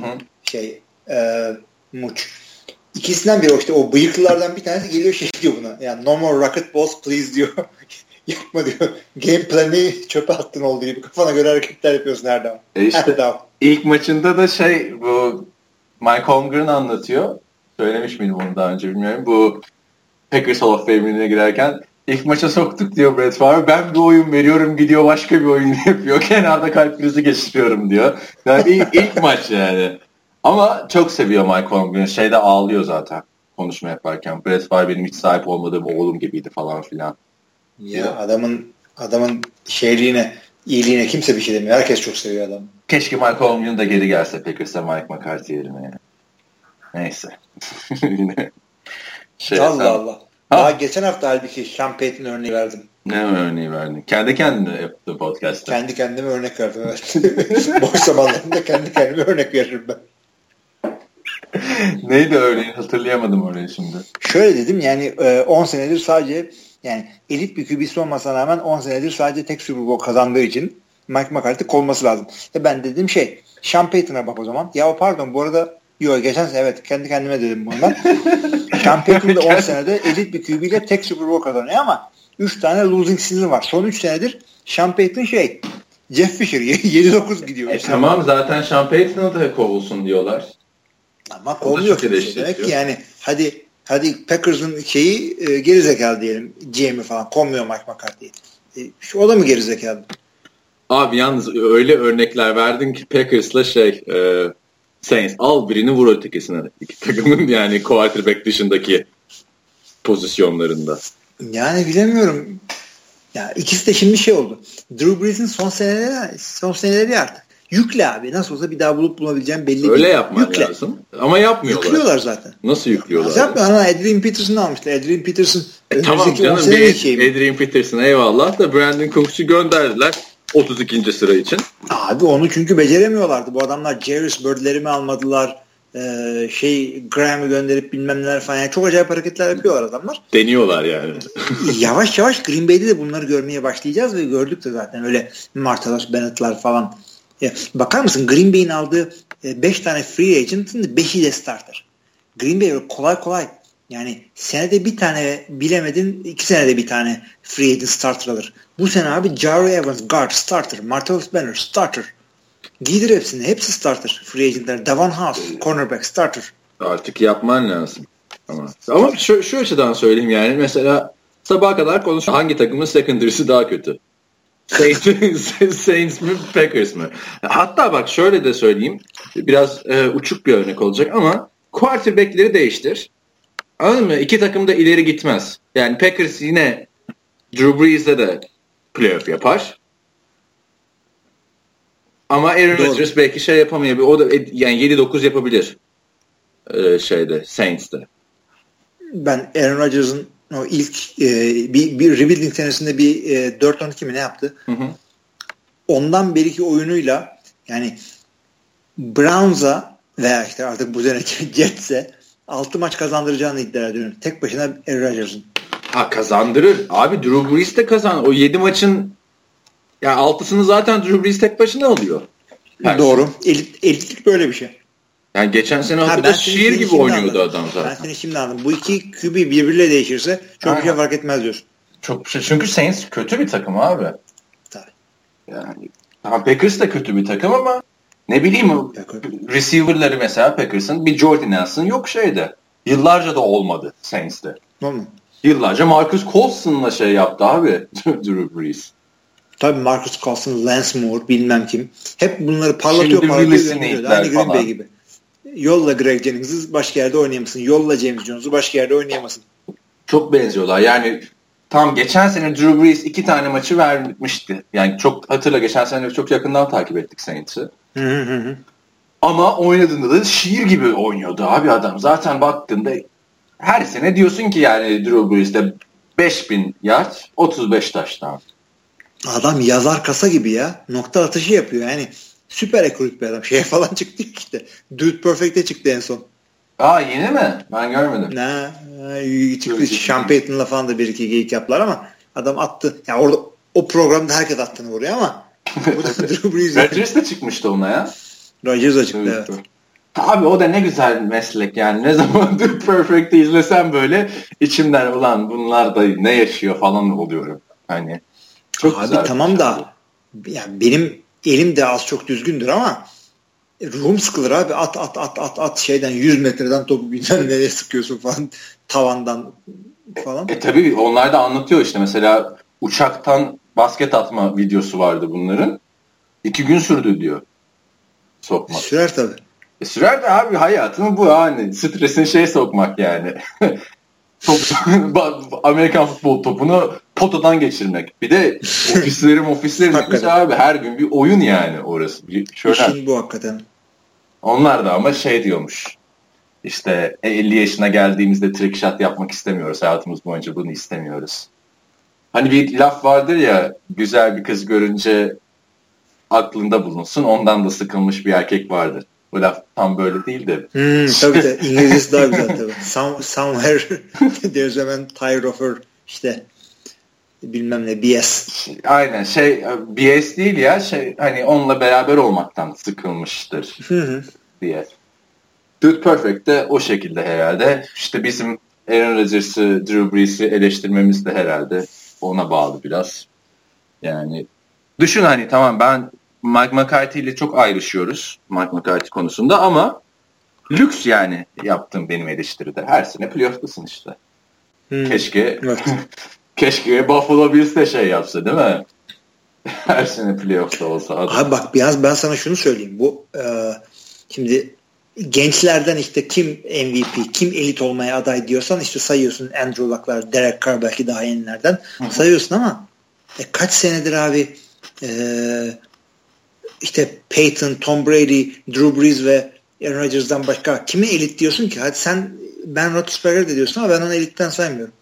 Muç. İkisinden biri işte o bıyıklılardan bir tanesi geliyor şey diyor buna. Yani no more rocket balls please diyor. Yapma diyor. Game planı çöpe attın olduğu gibi kafana göre hareketler yapıyorsun her zaman. İşte ilk maçında da bu Mike Holmgren anlatıyor. Söylemiş miydim onu daha önce bilmiyorum. Bu Packers Hall of Fame'ine girerken ilk maça soktuk diyor Brett Favre. Ben bir oyun veriyorum gidiyor başka bir oyun yapıyor. Kenarda kalp krizi geçiriyorum diyor. Yani ilk maç yani. Ama çok seviyor Mike Holmgren. Şeyde ağlıyor zaten konuşma yaparken. Brett Favre benim hiç sahip olmadığım oğlum gibiydi falan filan. Ya adamın iyiliğine kimse bir şey demiyor. Herkes çok seviyor adamı. Keşke Mike Holmgren da geri gelse Packers'a Mike McCarthy yerine yani. Neyse. Yine Allah. Daha geçen hafta halbuki Sean Payton örneği verdim. Ne örneği verdin? Kendi kendine yaptığın podcast'ta. Kendi kendime örnek verdim. Evet. Boş zamanlarında kendi kendime örnek veririm ben. Neydi örneğin? Hatırlayamadım orayı şimdi. Şöyle dedim yani 10 senedir sadece yani elit bir QB'si olmasına rağmen 10 senedir sadece tek Super Bowl kazandığı için Mike McCarthy olması lazım. Ben dediğim Sean Payton'a bak o zaman. Ya pardon bu arada geçen sene evet kendi kendime dedim bunu ben. Sean Payton da 10 senede elit bir QB ile tek Super Bowl kazanıyor ama 3 tane losing season var. Son 3 senedir Sean Payton Jeff Fisher 7-9 gidiyor. Tamam zaten Sean Payton'a da kovulsun diyorlar. Ama kovuluyor. Demek ki yani hadi Packers'ın gerizekalı diyelim. GM'i falan konmuyor Mike McCarthy'yi. O da mı gerizekalı? Abi yalnız öyle örnekler verdin ki Packers'la Saints al birini vur ötekisine. İki takımın yani quarterback dışındaki pozisyonlarında. Yani bilemiyorum. Ya ikisi de şimdi oldu. Drew Brees'in son seneleri artık. Yükle abi. Nasıl olsa bir daha bulunabileceğim belli. Öyle yapman lazım. Ama yapmıyorlar. Yüklüyorlar zaten. Nasıl yüklüyorlar? Yapmıyorlar. Adrian Peterson'ı almışlar. Adrian Peterson tamam canım Adrian Peterson eyvallah da Brandon Cooks'u gönderdiler 32. sıra için. Abi onu çünkü beceremiyorlardı. Bu adamlar Jarvis Bird'leri mi almadılar? Graham'ı gönderip bilmem neler falan. Yani çok acayip hareketler yapıyorlar adamlar. Deniyorlar yani. Yavaş yavaş Green Bay'de de bunları görmeye başlayacağız ve gördük de zaten öyle Martellus Bennett'lar falan. Bakar mısın Green Bay'in aldığı 5 tane free agent'ın 5'i de starter. Green Bay kolay yani senede bir tane bilemedin 2 senede bir tane free agent starter alır. Bu sene abi Jari Evans guard starter. Martellus Bennett starter. Giydir hepsini. Hepsi starter. Free agentler. Davon House cornerback starter. Artık yapman lazım. Ama şu açıdan söyleyeyim yani mesela sabaha kadar konuşuyor. Hangi takımın secondary'si daha kötü? Saints mi Packers mi? Hatta bak şöyle de söyleyeyim. Biraz uçuk bir örnek olacak ama quarterback'leri değiştir. Anladın mı? İki takım da ileri gitmez. Yani Packers yine Drew Brees'le de playoff yapar. Ama Aaron Rodgers belki yapamayabilir. O da yani 7-9 yapabilir. Saints'te. Ben Aaron Rodgers'ın o ilk bir rebuilding senesinde bir 4-12 mi ne yaptı? Hı. Ondan beriki oyunuyla yani Browns'a veya işte artık bu sene Jets'e 6 maç kazandıracağını iddia ediyorum. Tek başına Aaron Rodgers'ın. Ha, kazandırır. Abi Drew Brees de kazan. O 7 maçın yani 6'sını zaten Drew Brees tek başına alıyor. Doğru. Elitlik böyle bir şey. Yani geçen sene hakikaten şiir gibi oynuyordu anladım. adam zaten. Ben seni şimdi anladım. Bu iki QB birbiriyle değişirse çok bir şey fark etmez diyorsun. Çok bir şey. Çünkü Saints kötü bir takım abi. Tabii. Yani Packers da kötü bir takım ama ne bileyim receiver'ları mesela Packers'ın bir Jordy Nelson yok şeyde. Yıllarca da olmadı Saints'te. Olmadı. Yıllarca Marcus Colston'la şey yaptı abi Drew Brees. Tabii Marcus Colston, Lance Moore bilmem kim. Hep bunları parlatıyor gönderiyordu. Aynı Green Bay gibi. Yolla Greg Jennings'i başka yerde oynayamasın. Yolla James Jones'u başka yerde oynayamasın. Çok benziyorlar. Yani tam geçen sene Drew Brees 2 tane maçı vermişti. Yani çok hatırla geçen sene çok yakından takip ettik Saints'i. Ama oynadığında da şiir gibi oynuyordu abi adam. Zaten baktığında her sene diyorsun ki yani Drew Brees'te 5000 yard 35 taştan. Adam yazar kasa gibi ya. Nokta atışı yapıyor yani. Süper ekonomik bir adam. Şeye falan çıktı işte. Dude Perfect'e çıktı en son. Aa yeni mi? Ben görmedim. Çıktı. Sean Payton'la falan da bir iki geyik yaptılar ama adam attı. Yani orada o programda herkes attığını vuruyor ama bu da Drew Brees. Rodgers da çıkmıştı ona ya. Rodgers da çıktı evet. Abi o da ne güzel meslek yani. Ne zaman Dude Perfect'i izlesem böyle içimden ulan bunlar da ne yaşıyor falan oluyorum. Hani çok abi güzel. Tamam da yani benim elim de az çok düzgündür ama ruhum sıkılır abi. At şeyden 100 metreden topu bilmem nereye sıkıyorsun falan tavandan falan. Tabii onlar da anlatıyor işte mesela uçaktan basket atma videosu vardı bunların. 2 gün sürdü diyor. Sokmak. Sürer tabii. Sürer de abi hayatını bu hani stresin sokmak yani. Amerikan futbol topunu potadan geçirmek. Bir de ofislerin abi her gün bir oyun yani orası. Şöyle. İşin bu hakikaten. Onlar da ama diyormuş. İşte 50 yaşına geldiğimizde trick shot yapmak istemiyoruz. Hayatımız boyunca bunu istemiyoruz. Hani bir laf vardır ya güzel bir kız görünce aklında bulunsun. Ondan da sıkılmış bir erkek vardır. Bu laf tam böyle değil de. Tabii de İngilizcesi daha güzel tabii. Somewhere there's a man tired of her işte bilmem ne BS. Aynen BS değil ya hani onunla beraber olmaktan sıkılmıştır diye. Dude Perfect de o şekilde herhalde. İşte bizim Aaron Rodgers'ı, Drew Brees'i eleştirmemiz de herhalde ona bağlı biraz. Yani düşün hani tamam ben Mike McCarthy ile çok ayrışıyoruz Mike McCarthy konusunda ama lüks yani yaptığım benim eleştiride. Her sene playoff'tasın işte. Keşke Buffalo Bills de yapsa değil mi? Her sene playoff'ta olsa. Abi bak biraz ben sana şunu söyleyeyim. Bu şimdi gençlerden işte kim MVP, kim elit olmaya aday diyorsan işte sayıyorsun Andrew Luck'lar, Derek Carr belki daha yenilerden sayıyorsun ama kaç senedir abi işte Peyton, Tom Brady, Drew Brees ve Aaron Rodgers'dan başka kime elit diyorsun ki? Hadi sen Ben Roethlisberger de diyorsun ama ben onu elitten saymıyorum.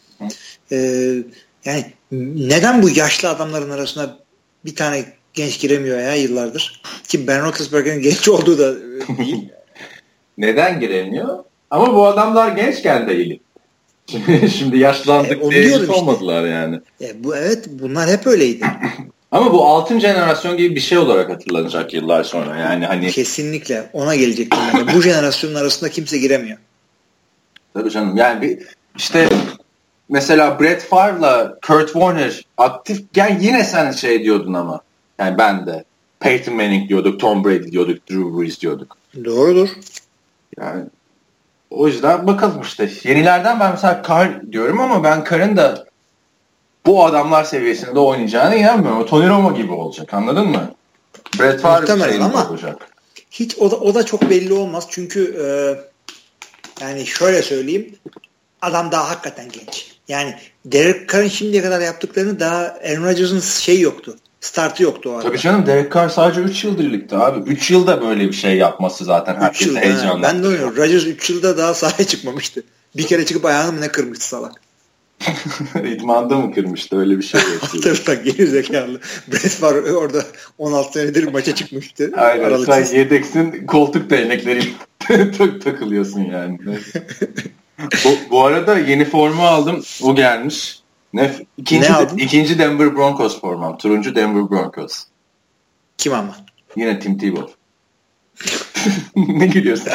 Yani neden bu yaşlı adamların arasına bir tane genç giremiyor ya yıllardır? Ki Ben Roethlisberger'in genç olduğu da değil. Neden giremiyor? Ama bu adamlar gençken de elit. Şimdi yaşlandık diye elit olmadılar yani. Bunlar hep öyleydi. Ama bu altın jenerasyon gibi bir şey olarak hatırlanacak yıllar sonra. Yani hani kesinlikle ona gelecektim ben. Bu jenerasyonun arasında kimse giremiyor. Tabii canım. Yani işte mesela Brett Favre'la Kurt Warner aktif yani yine sen diyordun ama. Yani ben de Peyton Manning diyorduk, Tom Brady diyorduk, Drew Brees diyorduk. Doğrudur. Yani o yüzden bakalım işte. Yenilerden ben mesela Carr diyorum ama ben Carr'ın da bu adamlar seviyesinde oynayacağına inanmıyorum. Tony Romo gibi olacak. Anladın mı? Brett Favre olacak. Hiç o da çok belli olmaz. Çünkü yani şöyle söyleyeyim. Adam daha hakikaten genç. Yani Derek Carr'ın şimdiye kadar yaptıklarını daha Aaron Rodgers'ın yoktu. Startı yoktu o arada. Tabii canım Derek Carr sadece 3 yıldır ligde abi. 3 yılda böyle bir şey yapması zaten herkese heyecanlı. Ben de oynuyorum. Rodgers 3 yılda daha sahaya çıkmamıştı. Bir kere çıkıp ayağını mı ne kırmıştı salak. İdmanda mı kırmıştı? Öyle bir şey yapıyordu. Tabii geri zekalı. Brett Favre orada 16 senedir maça çıkmıştı. Aynen. Aralıksız. Sen yedeksin, koltuk değnekleri takılıyorsun yani. Bu arada yeni formu aldım. O gelmiş. Ne aldın? İkinci Denver Broncos formam. Turuncu Denver Broncos. Kim ama? Yine Tim Tebow. Ne gülüyorsun?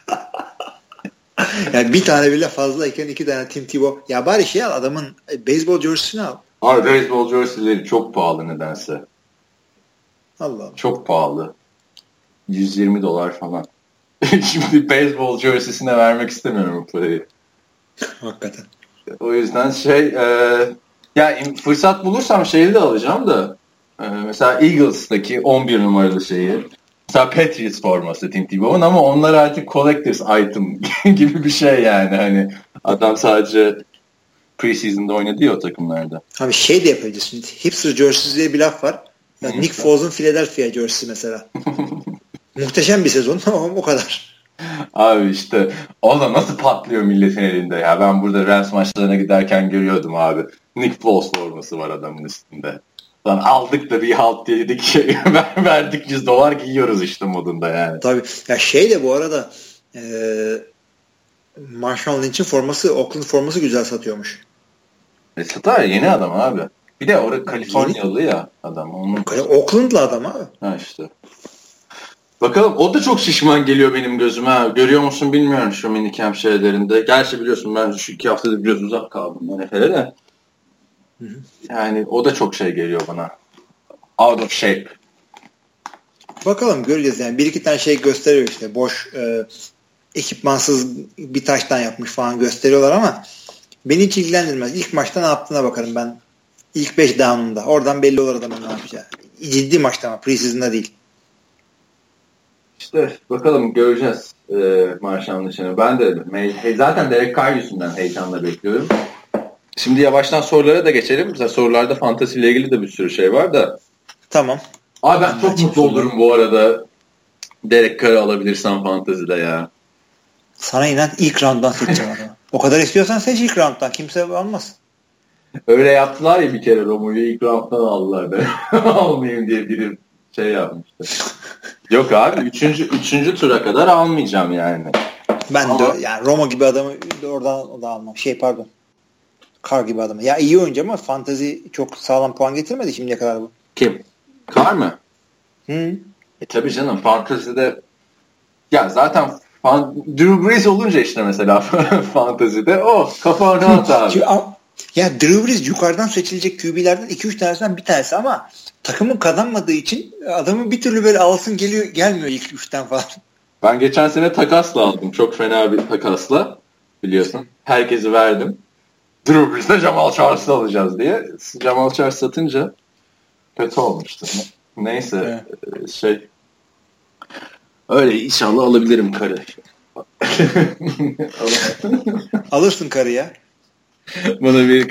Yani bir tane bile fazlayken 2 tane Tim Tebow. Ya bari şey al, adamın beyzbol jersey'sini al. Abi beyzbol jerseyleri çok pahalı nedense. Allah Allah. Çok pahalı. $120 falan. Şimdi beyzbol jersey'sine vermek istemiyorum bu parayı. Hakikaten. O yüzden ya fırsat bulursam şeyi de alacağım da mesela Eagles'taki 11 numaralı şeyi, mesela Patriots forması Tim Tebow'un, ama onlar artık collector's item gibi bir şey yani. Hani adam sadece preseason'da oynadı ya o takımlarda. Abi şey de yapacağız şimdi. Hipster jersey diye bir laf var. Yani Nick Foles'un Philadelphia jersey mesela. Muhteşem bir sezon ama o kadar. Abi işte o da nasıl patlıyor milletin elinde ya. Ben burada Rams maçlarına giderken görüyordum abi. Nick Foles forması var adamın üstünde. Lan aldık da bir halt dedik şey verdik $100 giyiyoruz işte modunda yani. Tabii. Ya şey de bu arada Marshawn Lynch'in forması, Oakland forması güzel satıyormuş. Satar yeni adam abi. Bir de orada Kaliforniyalı ya adam. Oakland'lı adam abi. Ha işte. Bakalım, o da çok şişman geliyor benim gözüme. Görüyor musun bilmiyorum şu minicamp şeylerinde. Gerçi biliyorsun ben şu 2 haftadır biraz uzak kaldım NFL'e de. Yani o da çok şey geliyor bana. Out of shape. Bakalım göreceğiz yani. Bir iki tane şey gösteriyor işte. Boş ekipmansız bir taştan yapmış falan gösteriyorlar ama beni hiç ilgilendirmez. İlk maçta ne yaptığına bakarım ben. İlk 5 down'unda. Oradan belli olur adamın ne yapacağı. Ciddi maçta ama preseason'da değil. İşte bakalım göreceğiz Marshall'ın içine. Ben de zaten Derek Carr yüzünden heyecanla bekliyorum. Şimdi yavaştan sorulara da geçelim. Mesela sorularda fantasy ile ilgili de bir sürü şey var da. Tamam. Abi ben çok mutlu olurum bu arada. Derek Carr'ı alabilirsem fantasy'de ya. Sana inan ilk round'dan seçeceğim adamı. O kadar istiyorsan seç ilk round'dan. Kimse almaz. Öyle yaptılar ya bir kere, Romo'yu ilk round'dan aldılar. Ben almayayım diye biri şey yapmıştı. Yok abi 3. tura kadar almayacağım yani. Ben de yani Romo gibi adamı oradan da almam. Pardon. Carr gibi adamı. Ya iyi oyuncu ama fantazi çok sağlam puan getirmedi şimdiye kadar bu. Kim? Carr mı? Hı. Tabii canım fantazide ya zaten Drew Brees olunca işte mesela fantazide kafa rahat abi. Ya Drew Brees yukarıdan seçilecek QB'lerden 2-3 tanesinden bir tanesi ama takımın kazanmadığı için adamın bir türlü böyle alsın gelmiyor ilk 3'ten falan. Ben geçen sene takasla aldım. Çok fena bir takasla. Biliyorsun. Herkesi verdim. Drew Brees'le Jamal Charles'ı alacağız diye. Jamal Charles satınca kötü olmuştu. Neyse. Evet. Öyle inşallah alabilirim Carr'ı. Alırsın Carr'ı ya. Bana bir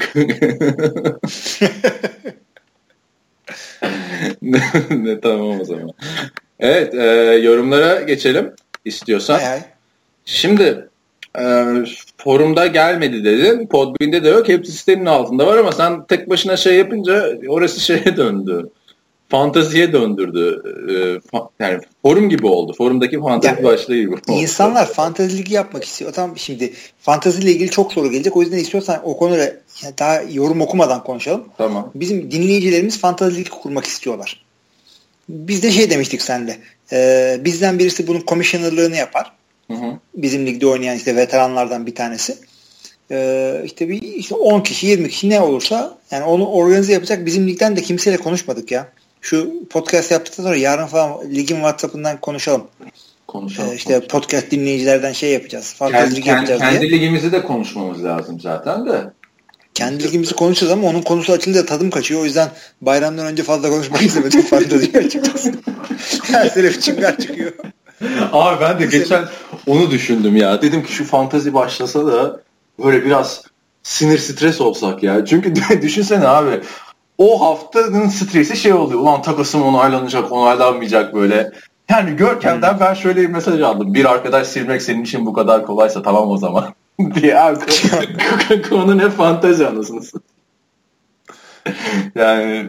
ne tamam o zaman. Evet, yorumlara geçelim istiyorsan. Hay. Şimdi forumda gelmedi dedin. Podbean'de de yok. Hepsi sitenin altında var ama sen tek başına şey yapınca orası şeye döndü. Fantaziye döndürdü. Yani forum gibi oldu. Forumdaki fantazi başlığı gibi oldu. İnsanlar fantazi ligi yapmak istiyor. Tamam, şimdi fantaziyle ilgili çok soru gelecek. O yüzden istiyorsan o konuda daha yorum okumadan konuşalım. Tamam. Bizim dinleyicilerimiz fantazi ligi kurmak istiyorlar. Biz de demiştik seninle. Bizden birisi bunun komisyonerlığını yapar. Hı. Bizim ligde oynayan işte veteranlardan bir tanesi. İşte 10 kişi 20 kişi ne olursa yani onu organize yapacak. Bizim ligden de kimseyle konuşmadık ya. Şu podcast yaptıktan sonra yarın falan ligin WhatsApp'ından konuşalım. İşte podcast dinleyicilerden yapacağız. Fantazi ligi yapacağız diye. Kendi ligimizi de konuşmamız lazım zaten de. Kendi ligimizi konuşacağız ama onun konusu açılınca tadım kaçıyor. O yüzden bayramdan önce fazla konuşmak istemedim fantazi açıkçası. Her sene bir çıngar çıkıyor. Abi ben de geçen onu düşündüm ya. Dedim ki şu fantazi başlasa da böyle biraz sinir stres olsak ya. Çünkü düşünsene abi. O haftanın stresi oluyor. Ulan takasım onaylanacak, onaylanmayacak böyle. Yani Görkem'den ben şöyle bir mesaj aldım. Bir arkadaş silmek senin için bu kadar kolaysa tamam o zaman. diye. Abi, konu ne fantezi anasını. Yani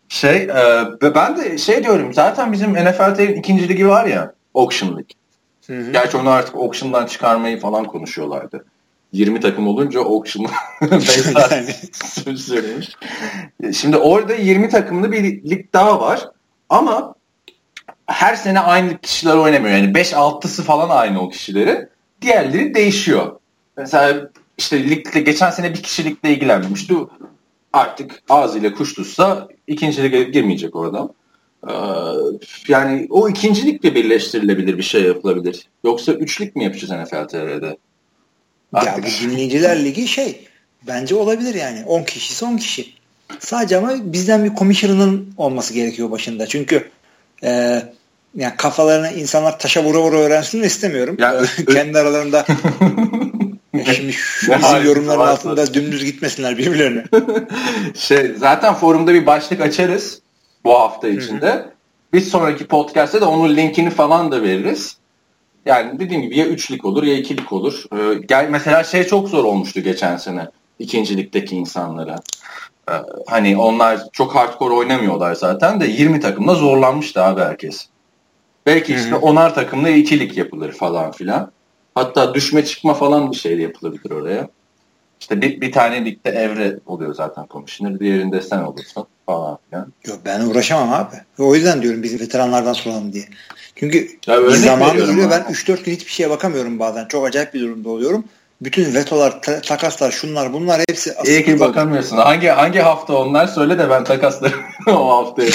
ben de diyorum zaten bizim NFL'in ikinci ligi var ya, Auction League. Gerçi onu artık Auction'dan çıkarmayı falan konuşuyorlardı. 20 takım olunca Auction'u 5 saat sürmüş. Şimdi orada 20 takımlı bir lig daha var ama her sene aynı kişiler oynamıyor. Yani 5-6'sı falan aynı o kişilerin. Diğerleri değişiyor. Mesela işte ligde geçen sene bir kişilikle ilgilenmemişti. Artık ağzıyla kuş tutsa ikinci lige girmeyecek oradan. Yani o ikincilikle birleştirilebilir bir şey yapılabilir. Yoksa üçlük mi yapacağız NFL-TR'de? Ya bu dinleyiciler ligi bence olabilir yani. 10 kişiyse 10 kişi. Sadece ama bizden bir commissioner'ın olması gerekiyor başında. Çünkü yani kafalarına insanlar taşa vura vura öğrensin mi istemiyorum. Kendi aralarında şimdi bizim yorumların altında dümdüz gitmesinler birbirlerine. Zaten forumda bir başlık açarız bu hafta içinde. Bir sonraki podcast'te de onun linkini falan da veririz. Yani dediğim gibi ya üçlük olur ya ikilik olur. Mesela çok zor olmuştu geçen sene ikincilikteki insanlara. Hani onlar çok hardcore oynamıyorlar zaten de 20 takımla zorlanmıştı abi herkes. Belki işte 10'ar takımla ikilik yapılır falan filan. Hatta düşme çıkma falan bir şey de yapılabilir oraya. İşte bir tane ligde Evre oluyor zaten komisyoner. Diğerinde sen olursun falan filan. Yok ben uğraşamam abi. O yüzden diyorum bizim veteranlardan soralım diye. Çünkü zamanında geliyor ben 3-4 gün hiçbir şeye bakamıyorum bazen. Çok acayip bir durumda oluyorum. Bütün vetolar, takaslar, şunlar bunlar hepsi İyi ki bakamıyorsun. Hangi hafta onlar? Söyle de ben takaslarım o haftaya.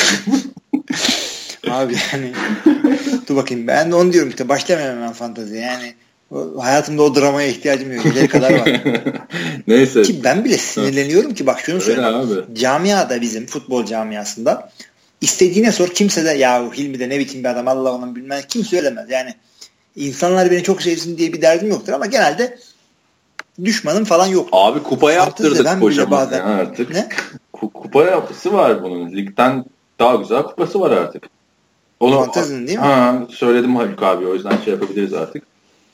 Abi yani dur bakayım. Ben de onu diyorum işte. Başlamayayım hemen fantezi. Yani hayatımda o dramaya ihtiyacım yok. Yeteri kadar var. Neyse. Ki ben bile sinirleniyorum ki bak şunu söyleyeyim. Camiada bizim futbol camiasında istediğine sor kimse de ya Hilmi de ne biçim bir adam Allah onun bilmez kim söylemez. Yani insanlar beni çok sevsin diye bir derdim yoktur ama genelde düşmanım falan yok. Abi kupa yaptırdık kocaman ya artık. Ne? Kupa yapısı var bunun. Ligden daha güzel kupası var artık. Fantezinin değil mi? Söyledim Haluk abi o yüzden yapabiliriz artık.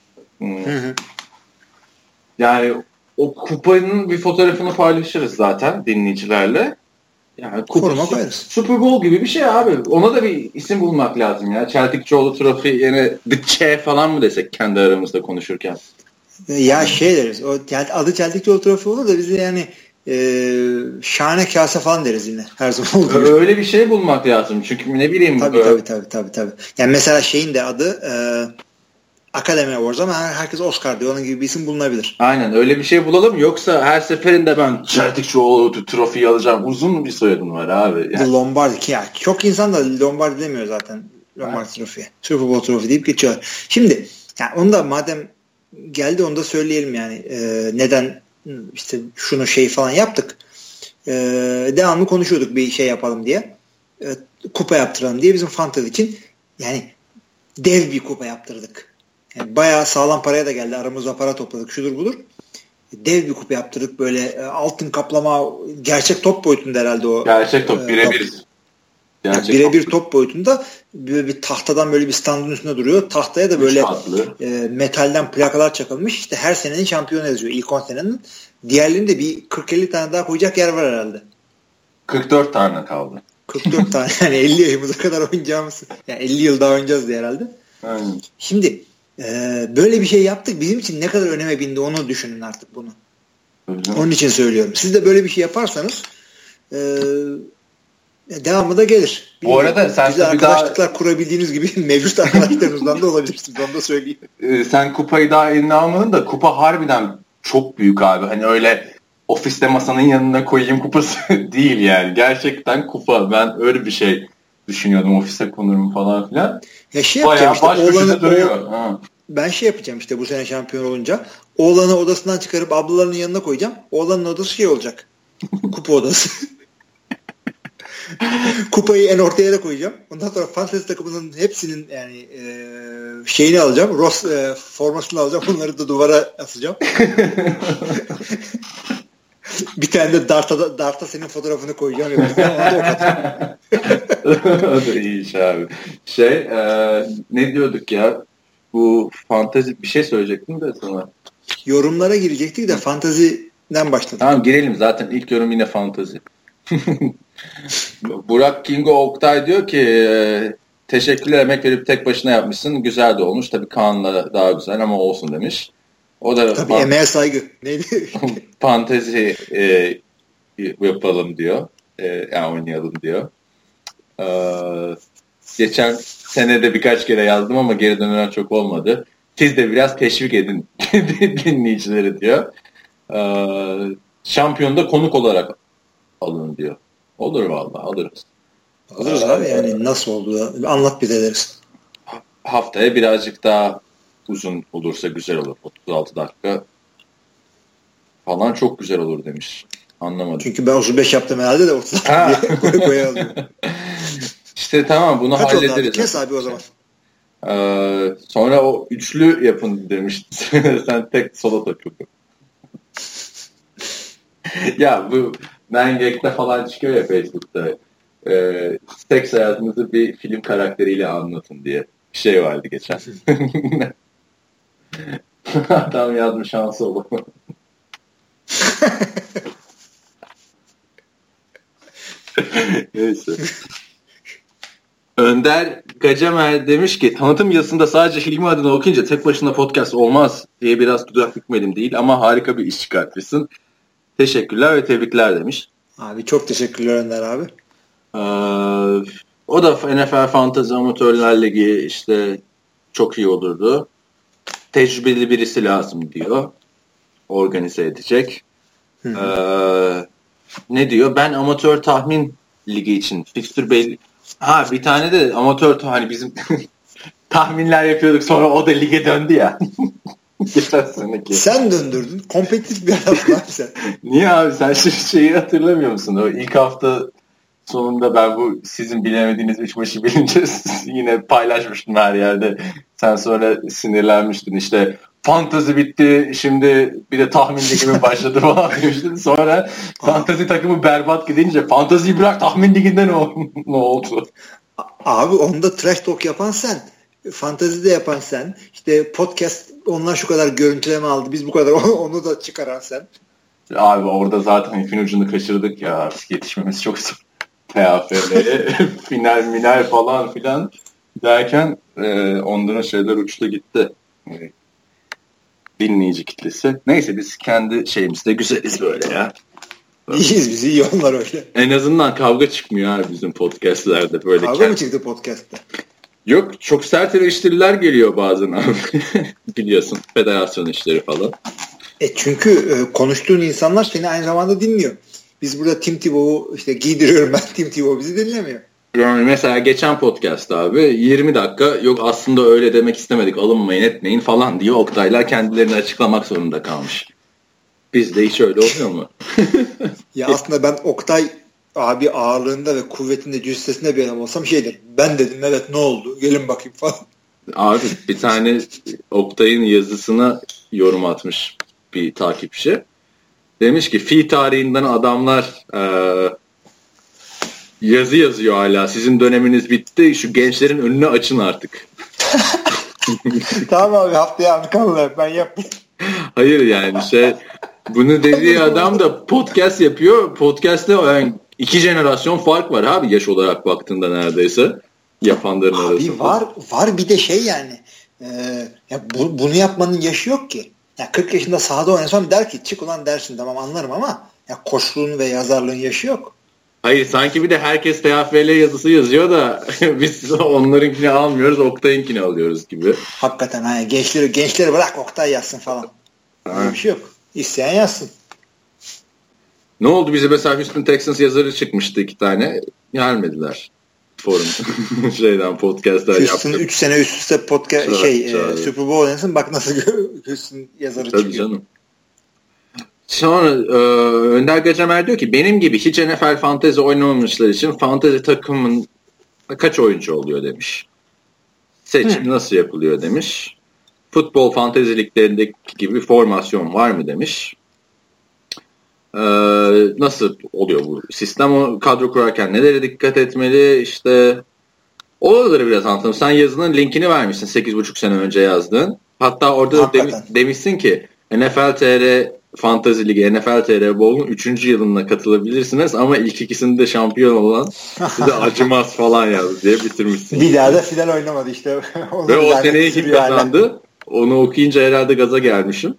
Yani o kupanın bir fotoğrafını paylaşırız zaten dinleyicilerle. Yani Super Bowl gibi bir şey abi. Ona da bir isim bulmak lazım ya. Çeltikçioğlu Trophy yine The Ç falan mı desek kendi aramızda konuşurken. Ya deriz. O adı Çeltikçioğlu Trophy olur da bize yani şahane kase falan deriz yine her zaman olduğu gibi. Öyle bir şey bulmak lazım. Çünkü ne bileyim. Tabii. Yani mesela şeyin de adı Academy Awards ama herkes Oscar diyor. Onun gibi bir isim bulunabilir. Aynen öyle bir şey bulalım. Yoksa her seferinde ben Çeltikçioğlu Trophy'yi alacağım. Uzun bir soyadım var abi. Yani. Lombardi ki ya. Çok insan da Lombardi demiyor zaten. Lombardi Trophy. Super Bowl Trophy deyip geçiyor. Şimdi yani onu da madem geldi onu da söyleyelim yani. Neden işte şunu falan yaptık. Devamlı konuşuyorduk bir şey yapalım diye. Kupa yaptıralım diye bizim fantezi için yani dev bir kupa yaptırdık. Yani bayağı sağlam paraya da geldi. Aramızda para topladık. Şudur budur. Dev bir kupa yaptırdık. Böyle altın kaplama gerçek top boyutunda herhalde o. Gerçek top birebir. Birebir top boyutunda böyle bir tahtadan böyle bir standın üstünde duruyor. Tahtaya da böyle metalden plakalar çakılmış. İşte her senenin şampiyonu yazıyor. İlk 10 senenin. Diğerlerinde bir 40-50 tane daha koyacak yer var herhalde. 44 tane kaldı. 44 tane. Yani 50 yaşımıza kadar oynayacağımız. Yani 50 yıl daha oynayacağız diye herhalde. Aynen. Şimdi böyle bir şey yaptık. Bizim için ne kadar öneme bindi onu düşünün artık bunu. Onun için söylüyorum. Siz de böyle bir şey yaparsanız devamı da gelir. Bu arada sen güzel arkadaşlıklar kurabildiğiniz gibi mevcut arkadaşlarınızdan da olabilirsiniz. Onu da söyleyeyim. Sen kupayı daha eline almadın da kupa harbiden çok büyük abi. Hani öyle ofiste masanın yanına koyayım kupası değil yani. Gerçekten kupa. Ben öyle bir şey düşünüyordum. Ofise konurum falan filan. Ya bayağı işte, baş köşede duruyor. Ben yapacağım işte bu sene şampiyon olunca. Oğlanı odasından çıkarıp ablalarının yanına koyacağım. Oğlanın odası olacak. Kupa odası. Kupayı en ortaya da koyacağım. Ondan sonra fantezi takımının hepsinin yani şeyini alacağım. Ross formasını alacağım. Bunları da duvara asacağım. Bir tane de Dart'a senin fotoğrafını koyacağım. O da iyi iş abi. Ne diyorduk ya? Bu fantezi bir şey söyleyecektim de sana. yorumlara girecektik de fantaziden başladık. Tamam girelim. Zaten ilk yorum yine fantazi. Burak Kingo Oktay diyor ki teşekkürler, emek verip tek başına yapmışsın. Güzel de olmuş. Tabii Kaan'la daha güzel ama olsun demiş. O da tabii emeğe saygı. Neydi? Fantezi yapalım diyor. Yani oynayalım diyor. Geçen sene de birkaç kere yazdım ama geri dönen çok olmadı. Siz de biraz teşvik edin dinleyicileri diyor. Şampiyonda konuk olarak alın diyor. Olur vallahi alırız. Alırız abi, yani nasıl oldu anlat bize deriz. Haftaya birazcık daha uzun olursa güzel olur. 36 dakika falan çok güzel olur demiş. Anlamadım. Çünkü ben 35 yaptım herhalde de 30 diye koyalım. İşte tamam bunu kaç hallederiz. Abi? Kes abi o zaman. Sonra o üçlü yapın demiştin. Sen tek solo takıldın. Ya bu Mengek'te falan çıkıyor ya Facebook'ta. Seks hayatınızı bir film karakteriyle anlatın diye bir şey vardı geçen. Adam yazmış şansı olur. Neyse. Önder Gacemer demiş ki tanıtım yazısında sadece Hilmi adını okuyunca tek başına podcast olmaz diye biraz dudak bükmedim değil ama harika bir iş çıkartmışsın. Teşekkürler ve tebrikler demiş. Abi çok teşekkürler Önder abi. O da NFL Fantasy Amatörler Ligi işte çok iyi olurdu. Tecrübeli birisi lazım diyor. Organize edecek. Ne diyor? Ben amatör tahmin ligi için fikstür belli. Ha bir tane de amatör hani bizim tahminler yapıyorduk sonra o da lige döndü ya. Geçen seneki. Sen döndürdün. Kompetitif bir adamsın abi sen. Niye abi sen şu şeyi hatırlamıyor musun? O ilk hafta sonunda ben bu sizin bilemediğiniz 3 maçı bilince yine paylaşmıştım her yerde. Sen sonra sinirlenmiştin işte fantazi bitti şimdi bir de tahmin ligi başladı falan demiştin. Sonra fantazi takımı berbat gidince fantaziyi bırak tahmin liginde ne oldu? Abi onda trash talk yapan sen. Fantazide yapan sen. İşte podcast onlar şu kadar görüntüleme aldı. Biz bu kadar onu da çıkaran sen. Abi orada zaten ipin ucunu kaçırdık ya. Artık yetişmemiz çok zor. TFL'ye final falan filan derken onların şeyler uçtu gitti. Dinleyici kitlesi. Neyse biz kendi şeyimizde güzeliz böyle ya. İyiyiz biz, iyi onlar öyle. En azından kavga çıkmıyor abi bizim podcastlerde. Böyle kavga mı çıktı podcastta? Yok çok sert eleştiriler geliyor bazen abi. Biliyorsun federasyon işleri falan. Çünkü konuştuğun insanlar seni aynı zamanda dinliyor. Biz burada Tim Tebow'u işte giydiriyorum ben. Tim Tebow bizi dinlemiyor. Yani mesela geçen podcast abi 20 dakika yok aslında öyle demek istemedik alınmayın etmeyin falan diye Oktaylar kendilerini açıklamak zorunda kalmış. Bizde hiç öyle olmuyor mu? Ya aslında ben Oktay abi ağırlığında ve kuvvetinde cüssesinde bir adam olsam şey derim. Ben dedim evet ne oldu gelin bakayım falan. Abi bir tane Oktay'ın yazısına yorum atmış bir takipçi. Demiş ki fi tarihinden adamlar yazı yazıyor hala. Sizin döneminiz bitti. Şu gençlerin önünü açın artık. Tamam abi haftaya Ankara'da ben yapayım. Hayır yani bunu dediği adam da podcast yapıyor. Podcast'te yani 2 jenerasyon fark var abi yaş olarak baktığında neredeyse yapanların abi arasında. Abi var bir de şey yani ya bunu yapmanın yaşı yok ki. Ya 40 yaşında sahada oynasam der ki çık ulan dersin tamam anlarım ama ya koçluğun ve yazarlığın yaşı yok. Hayır sanki bir de herkes TFL yazısı yazıyor da biz onlarınkini almıyoruz Oktay'ınkini alıyoruz gibi. Hakikaten hani gençleri bırak Oktay yazsın falan. Öyle bir şey yok. İsteyen yazsın. Ne oldu bize mesela Houston Texans yazarı çıkmıştı 2 tane. Gelmediler. Forum podcastlar yaptı. Houston 3 sene üst üste podcast Super Bowl oynasın bak nasıl Houston yazarı tabii çıkıyor. Canım. Sonra Önder Gacemer diyor ki benim gibi hiç NFL fantezi oynamamışlar için fantezi takımın kaç oyuncu oluyor demiş. Seçim nasıl yapılıyor demiş. Futbol fantezi liglerindeki gibi formasyon var mı demiş. Nasıl oluyor bu sistem? O kadro kurarken nelere dikkat etmeli? İşte oraları biraz anlatalım. Sen yazının linkini vermişsin 8,5 sene önce yazdığın. Hatta orada da demişsin ki NFL TR Fantasy Ligi, NFL TR Bowl'un 3. yılına katılabilirsiniz ama ilk ikisinde de şampiyon olan size acımaz falan yazdı diye bitirmişsin. Bir daha da final oynamadı işte. Ve o seneyi kim kazandı? Onu okuyunca herhalde gaza gelmişim.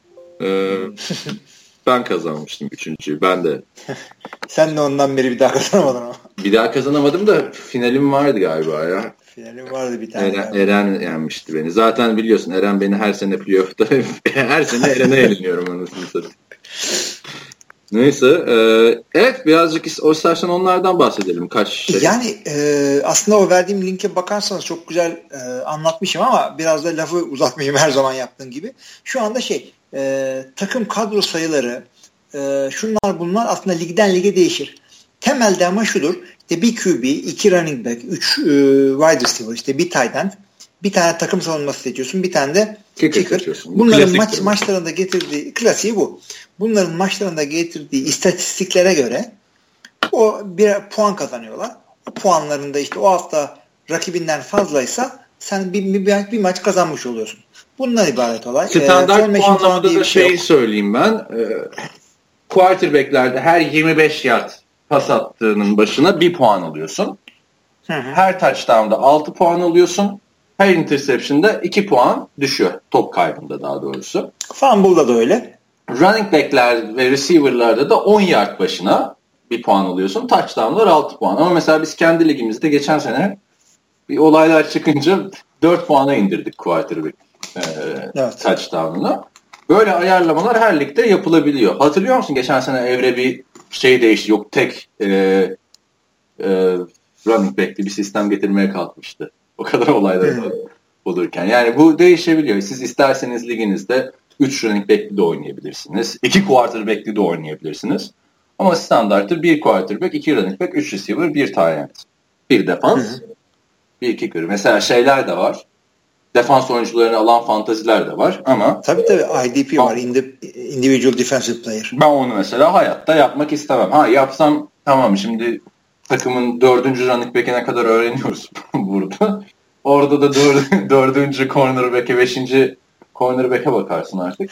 Ben kazanmıştım 3.'yü. Ben de. Sen de ondan beri bir daha kazanamadın ama. Bir daha kazanamadım da finalim vardı galiba ya. Finalim vardı bir tane. Eren yenmişti beni. Zaten biliyorsun Eren beni her sene playoff'ta her sene Eren'e yeniliyorum anasını satayım. Neyse. Evet birazcık o istersen onlardan bahsedelim. Kaç şey. Yani aslında o verdiğim linke bakarsanız çok güzel anlatmışım ama biraz da lafı uzatmayayım her zaman yaptığım gibi. Şu anda takım kadro sayıları şunlar bunlar aslında ligden lige değişir. Temelde ama şudur. İşte bir QB, 2 running back, 3 wide receiver, işte bir tight end, bir tane takım savunması seçiyorsun, bir tane de kicker. Bunların maçlarında getirdiği klasiği bu. Bunların maçlarında getirdiği istatistiklere göre o bir puan kazanıyorlar. O puanlarında işte o hafta rakibinden fazlaysa sen bir maç kazanmış oluyorsun. Bundan ibaret olay. Standart puanlamada da söyleyeyim ben. Quarterback'lerde her 25 yard pas attığının başına 1 puan alıyorsun. Her touchdown'da 6 puan alıyorsun. Her interception'da 2 puan düşüyor. Top kaybında daha doğrusu. Fumble'da da öyle. Running back'ler ve receiver'larda da 10 yard başına 1 puan alıyorsun. Touchdown'lar 6 puan. Ama mesela biz kendi ligimizde geçen sene bir olaylar çıkınca 4 puana indirdik quarterback touchdown'unu. Böyle ayarlamalar her ligde yapılabiliyor. Hatırlıyor musun? Geçen sene Evre bir değişti. Yok tek running back'li bir sistem getirmeye kalkmıştı. O kadar olaylar olurken. Yani bu değişebiliyor. Siz isterseniz liginizde 3 running back'li de oynayabilirsiniz. 2 quarterback'li de oynayabilirsiniz. Ama standartı 1 quarterback, 2 running back, 3 receiver, 1 tight end. 1 defans, 1 kicker. Mesela şeyler de var. Defans oyuncularını alan fantaziler de var ama tabii IDP var. Individual Defensive Player. Ben onu mesela hayatta yapmak istemem. Yapsam tamam şimdi takımın 4. running back'ine kadar öğreniyoruz burada. Orada da 4. cornerback'e 5. cornerback'e bakarsın artık.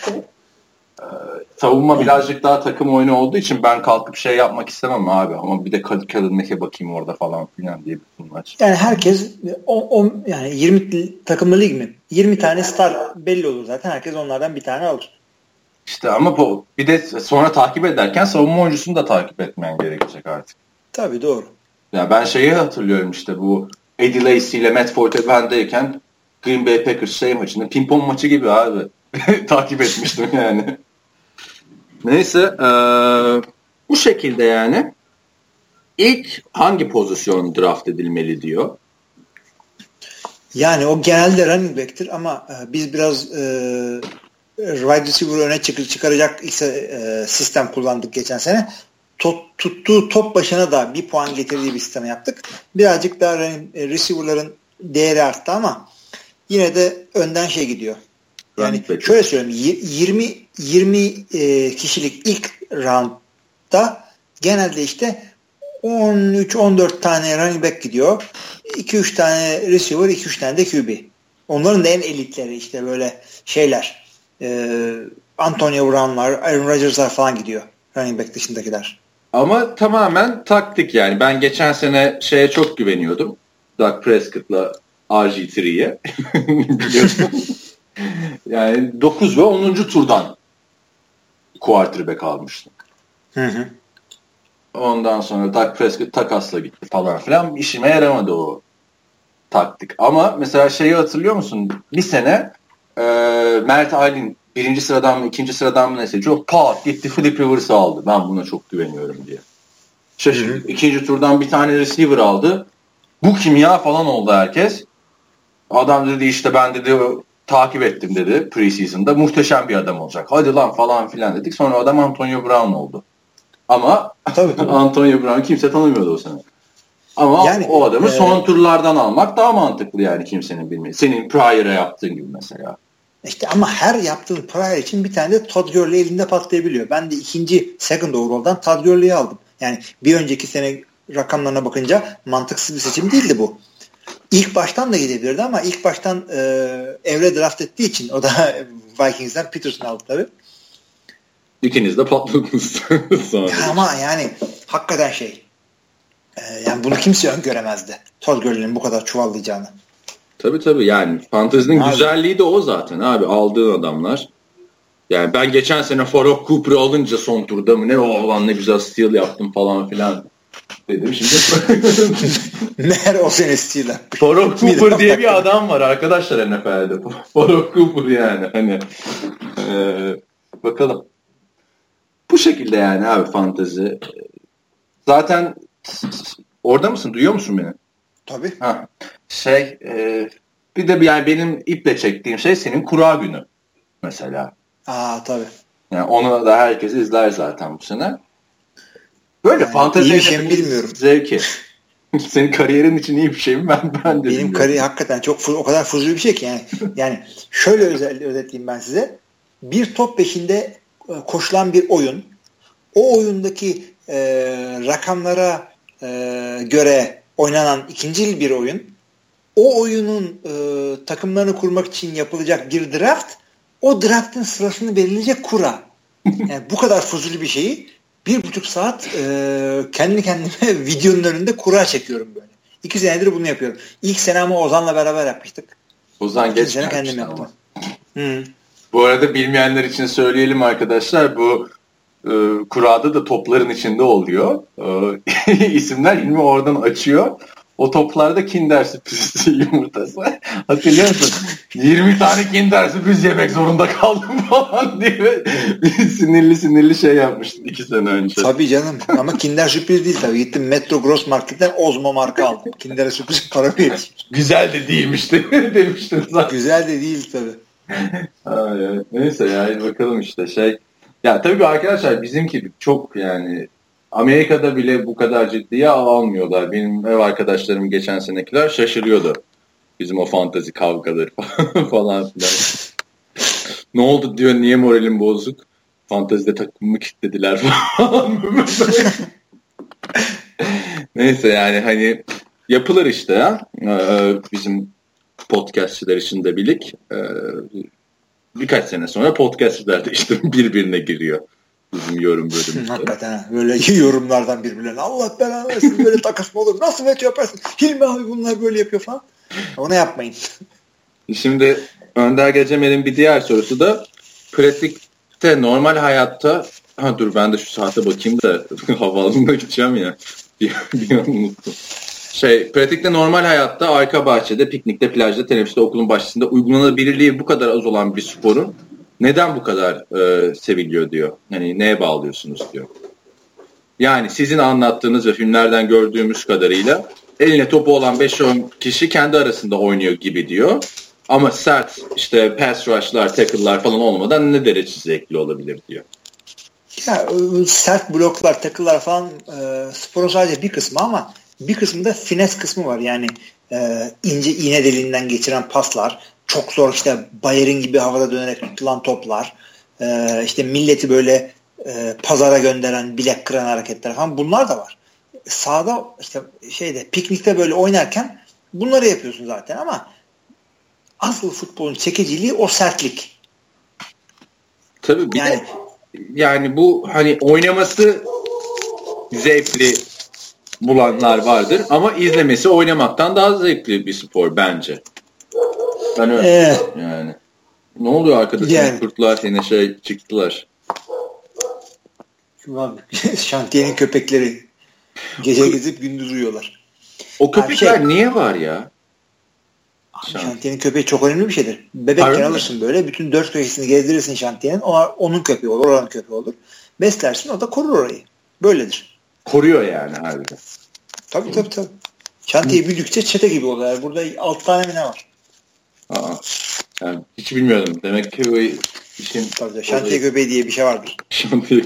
Savunma birazcık daha takım oyunu olduğu için ben kalkıp yapmak istemem abi. Ama bir de Kadınmek'e bakayım orada falan filan diye bütün maç. Yani herkes yani 20 takımlı lig mi? 20 tane star belli olur zaten. Herkes onlardan bir tane alır. İşte ama bir de sonra takip ederken savunma oyuncusunu da takip etmen gerekecek artık. Tabii doğru. Ya ben hatırlıyorum işte bu Eddie Lacy ile Matt Forte bendeyken Green Bay Packers maçında pimpon maçı gibi abi. Takip etmiştim yani. Neyse bu şekilde yani ilk hangi pozisyon draft edilmeli diyor? Yani o genelde running back'tir ama biz biraz wide receiver öne çıkaracak sistem kullandık geçen sene. Tuttuğu top başına da 1 puan getirdiği bir sistem yaptık. Birazcık daha receiver'ların değeri arttı ama yine de önden gidiyor. Yani şöyle söyleyeyim 20 kişilik ilk roundda genelde işte 13-14 tane running back gidiyor. 2-3 tane receiver, 2-3 tane de QB. Onların da en elitleri işte böyle şeyler. Antonio Brown'lar, Aaron Rodgers'lar falan gidiyor. Running back dışındakiler. Ama tamamen taktik yani. Ben geçen sene çok güveniyordum. Dak Prescott'la RG3'ye. Biliyorsun. Yani 9 ve 10. turdan quarterback almıştık. Hı. Ondan sonra Dak Prescott takasla gitti falan filan. İşime yaramadı o taktik. Ama mesela hatırlıyor musun? Bir sene Mert Aylin 1. sıradan mı 2. sıradan mı neyse çok gitti Philip Rivers'ı aldı. Ben buna çok güveniyorum diye. Şaşırdım. 2. turdan bir tane receiver aldı. Bu kim ya falan oldu herkes. Adam dedi işte ben dedi takip ettim dedi preseason'da. Muhteşem bir adam olacak. Hadi lan falan filan dedik. Sonra adam Antonio Brown oldu. Ama tabii. Antonio Brown kimse tanımıyordu o sene. Ama yani, o adamı son turlardan almak daha mantıklı yani kimsenin bilmediği. Senin Pryor'a yaptığın gibi mesela. İşte ama her yaptığın Pryor için bir tane de Todd Gurley elinde patlayabiliyor. Ben de 2. second overall'dan Todd Gurley'i aldım. Yani bir önceki sene rakamlarına bakınca mantıksız bir seçim değildi bu. ilk baştan da gidebilirdi ama ilk baştan Evre draft ettiği için o da Vikings'den Peterson aldı tabii. İkiniz de patladınız. Ama yani hakikaten yani bunu kimse öngöremezdi. Todd Gurley'nin bu kadar çuvallayacağını. Tabii yani fantezinin güzelliği de o zaten abi, aldığın adamlar. Yani ben geçen sene Farouk Cooper'ı alınca son turda mı ne olan ne güzel steal yaptım falan filan dedim. Şimdi Meğer o sene steal yapmış. Farouk Cooper diye bir adam var arkadaşlar NFL'de. Farouk Cooper yani hani bakalım. Bu şekilde yani abi fantezi. Zaten orada mısın? Duyuyor musun beni? Tabii. Ha. Bir de yani benim iple çektiğim şey senin kura günü mesela. Tabii. Yani onu da herkes izler zaten bu sene. Böyle yani fantezi iyi bir şey mi bilmiyorum. Zevki. Senin kariyerin için iyi bir şey mi? Ben de benim kariyer hakikaten çok o kadar fuzuli bir şey ki yani şöyle özetleyeyim ben size. Bir top peşinde koşulan bir oyun. O oyundaki rakamlara göre oynanan ikincil bir oyun. O oyunun takımlarını kurmak için yapılacak bir draft. O draftın sırasını belirleyecek kura. Yani bu kadar fuzuli bir şeyi 1,5 saat kendi kendime videonun önünde kura çekiyorum böyle. 2 senedir bunu yapıyorum. İlk senemi Ozan'la beraber yapmıştık. Ozan geç sene kendim yaptım. Bu arada bilmeyenler için söyleyelim arkadaşlar. Bu kurada da topların içinde oluyor. İsimler ilmi oradan açıyor. O toplarda Kinder sürpriz yumurtası. Hatırlıyor musun? 20 tane Kinder sürpriz yemek zorunda kaldım falan diye sinirli şey yapmıştım 2 sene önce. Tabii canım ama Kinder sürpriz değil tabii. Gittim Metro Gross Market'ten Ozmo marka aldım. Kinder'e sürpriz para verir. Güzel de değilmiş demiştin zaten. Güzel de değil tabii. Neyse yani bakalım işte Ya tabii arkadaşlar bizimki çok yani Amerika'da bile bu kadar ciddiye almıyorlar. Benim ev arkadaşlarım geçen senekiler şaşırıyordu. Bizim o fantezi kavgaları falan filan. Ne oldu diyor, niye moralim bozuk? Fantezide takımımı kilitlediler falan. Neyse yani hani yapılır işte ya. Bizim podcastçiler için de birlik. Birkaç sene sonra podcastçiler de işte birbirine giriyor. Bizim yorum bölümümüzde. Hakikaten böyle yorumlardan birbirlerine Allah belanı versin, böyle takas mı olur? Nasıl veç yaparsın? Hilmi abi bunlar böyle yapıyor falan. Onu yapmayın. Şimdi Önder Gecemel'in bir diğer sorusu da pratikte normal hayatta dur ben de şu saate bakayım da havaalanına gideceğim ya. Bir an unuttum. Pratikte normal hayatta arka bahçede, piknikte, plajda, teneffüste, okulun bahçesinde uygulanabilirliği bu kadar az olan bir sporun neden bu kadar seviliyor diyor. Yani neye bağlıyorsunuz diyor. Yani sizin anlattığınız ve filmlerden gördüğümüz kadarıyla eline topu olan 5-10 kişi kendi arasında oynuyor gibi diyor. Ama sert işte pass rush'lar, tackle'lar falan olmadan ne derece zevkli olabilir diyor. Ya sert bloklar, tackle'lar falan sporun sadece bir kısmı ama bir kısmında finesse kısmı var. Yani ince iğne deliğinden geçiren paslar, çok zor işte Bayern gibi havada dönerek tutulan toplar, işte milleti böyle pazara gönderen, bilek kıran hareketler falan, bunlar da var. Sahada işte piknikte böyle oynarken bunları yapıyorsun zaten ama asıl futbolun çekiciliği o sertlik. Tabii bir de yani bu hani oynaması zevkli bulanlar vardır ama izlemesi oynamaktan daha zevkli bir spor bence. Ben öyle yani. Ne oluyor arkadaşım? Yani. Kurtlar yine çıktılar. Şantiyenin köpekleri gece gezip gündüz uyuyorlar. O köpekler niye var ya? Şantiyenin köpeği çok önemli bir şeydir. Bebekken alırsın böyle. Bütün 4 köşesini gezdirirsin şantiyenin. Onun köpeği olur. Oranın köpeği olur. Beslersin. O da korur orayı. Böyledir. Koruyor yani harbiden. Tabii. Şantiye büyüdükçe çete gibi oluyor. Yani burada 6 tane mi ne var? Yani hiç bilmiyordum. Demek ki bu işin... Tabii, şantiye köpeği diye bir şey vardır. Şantiye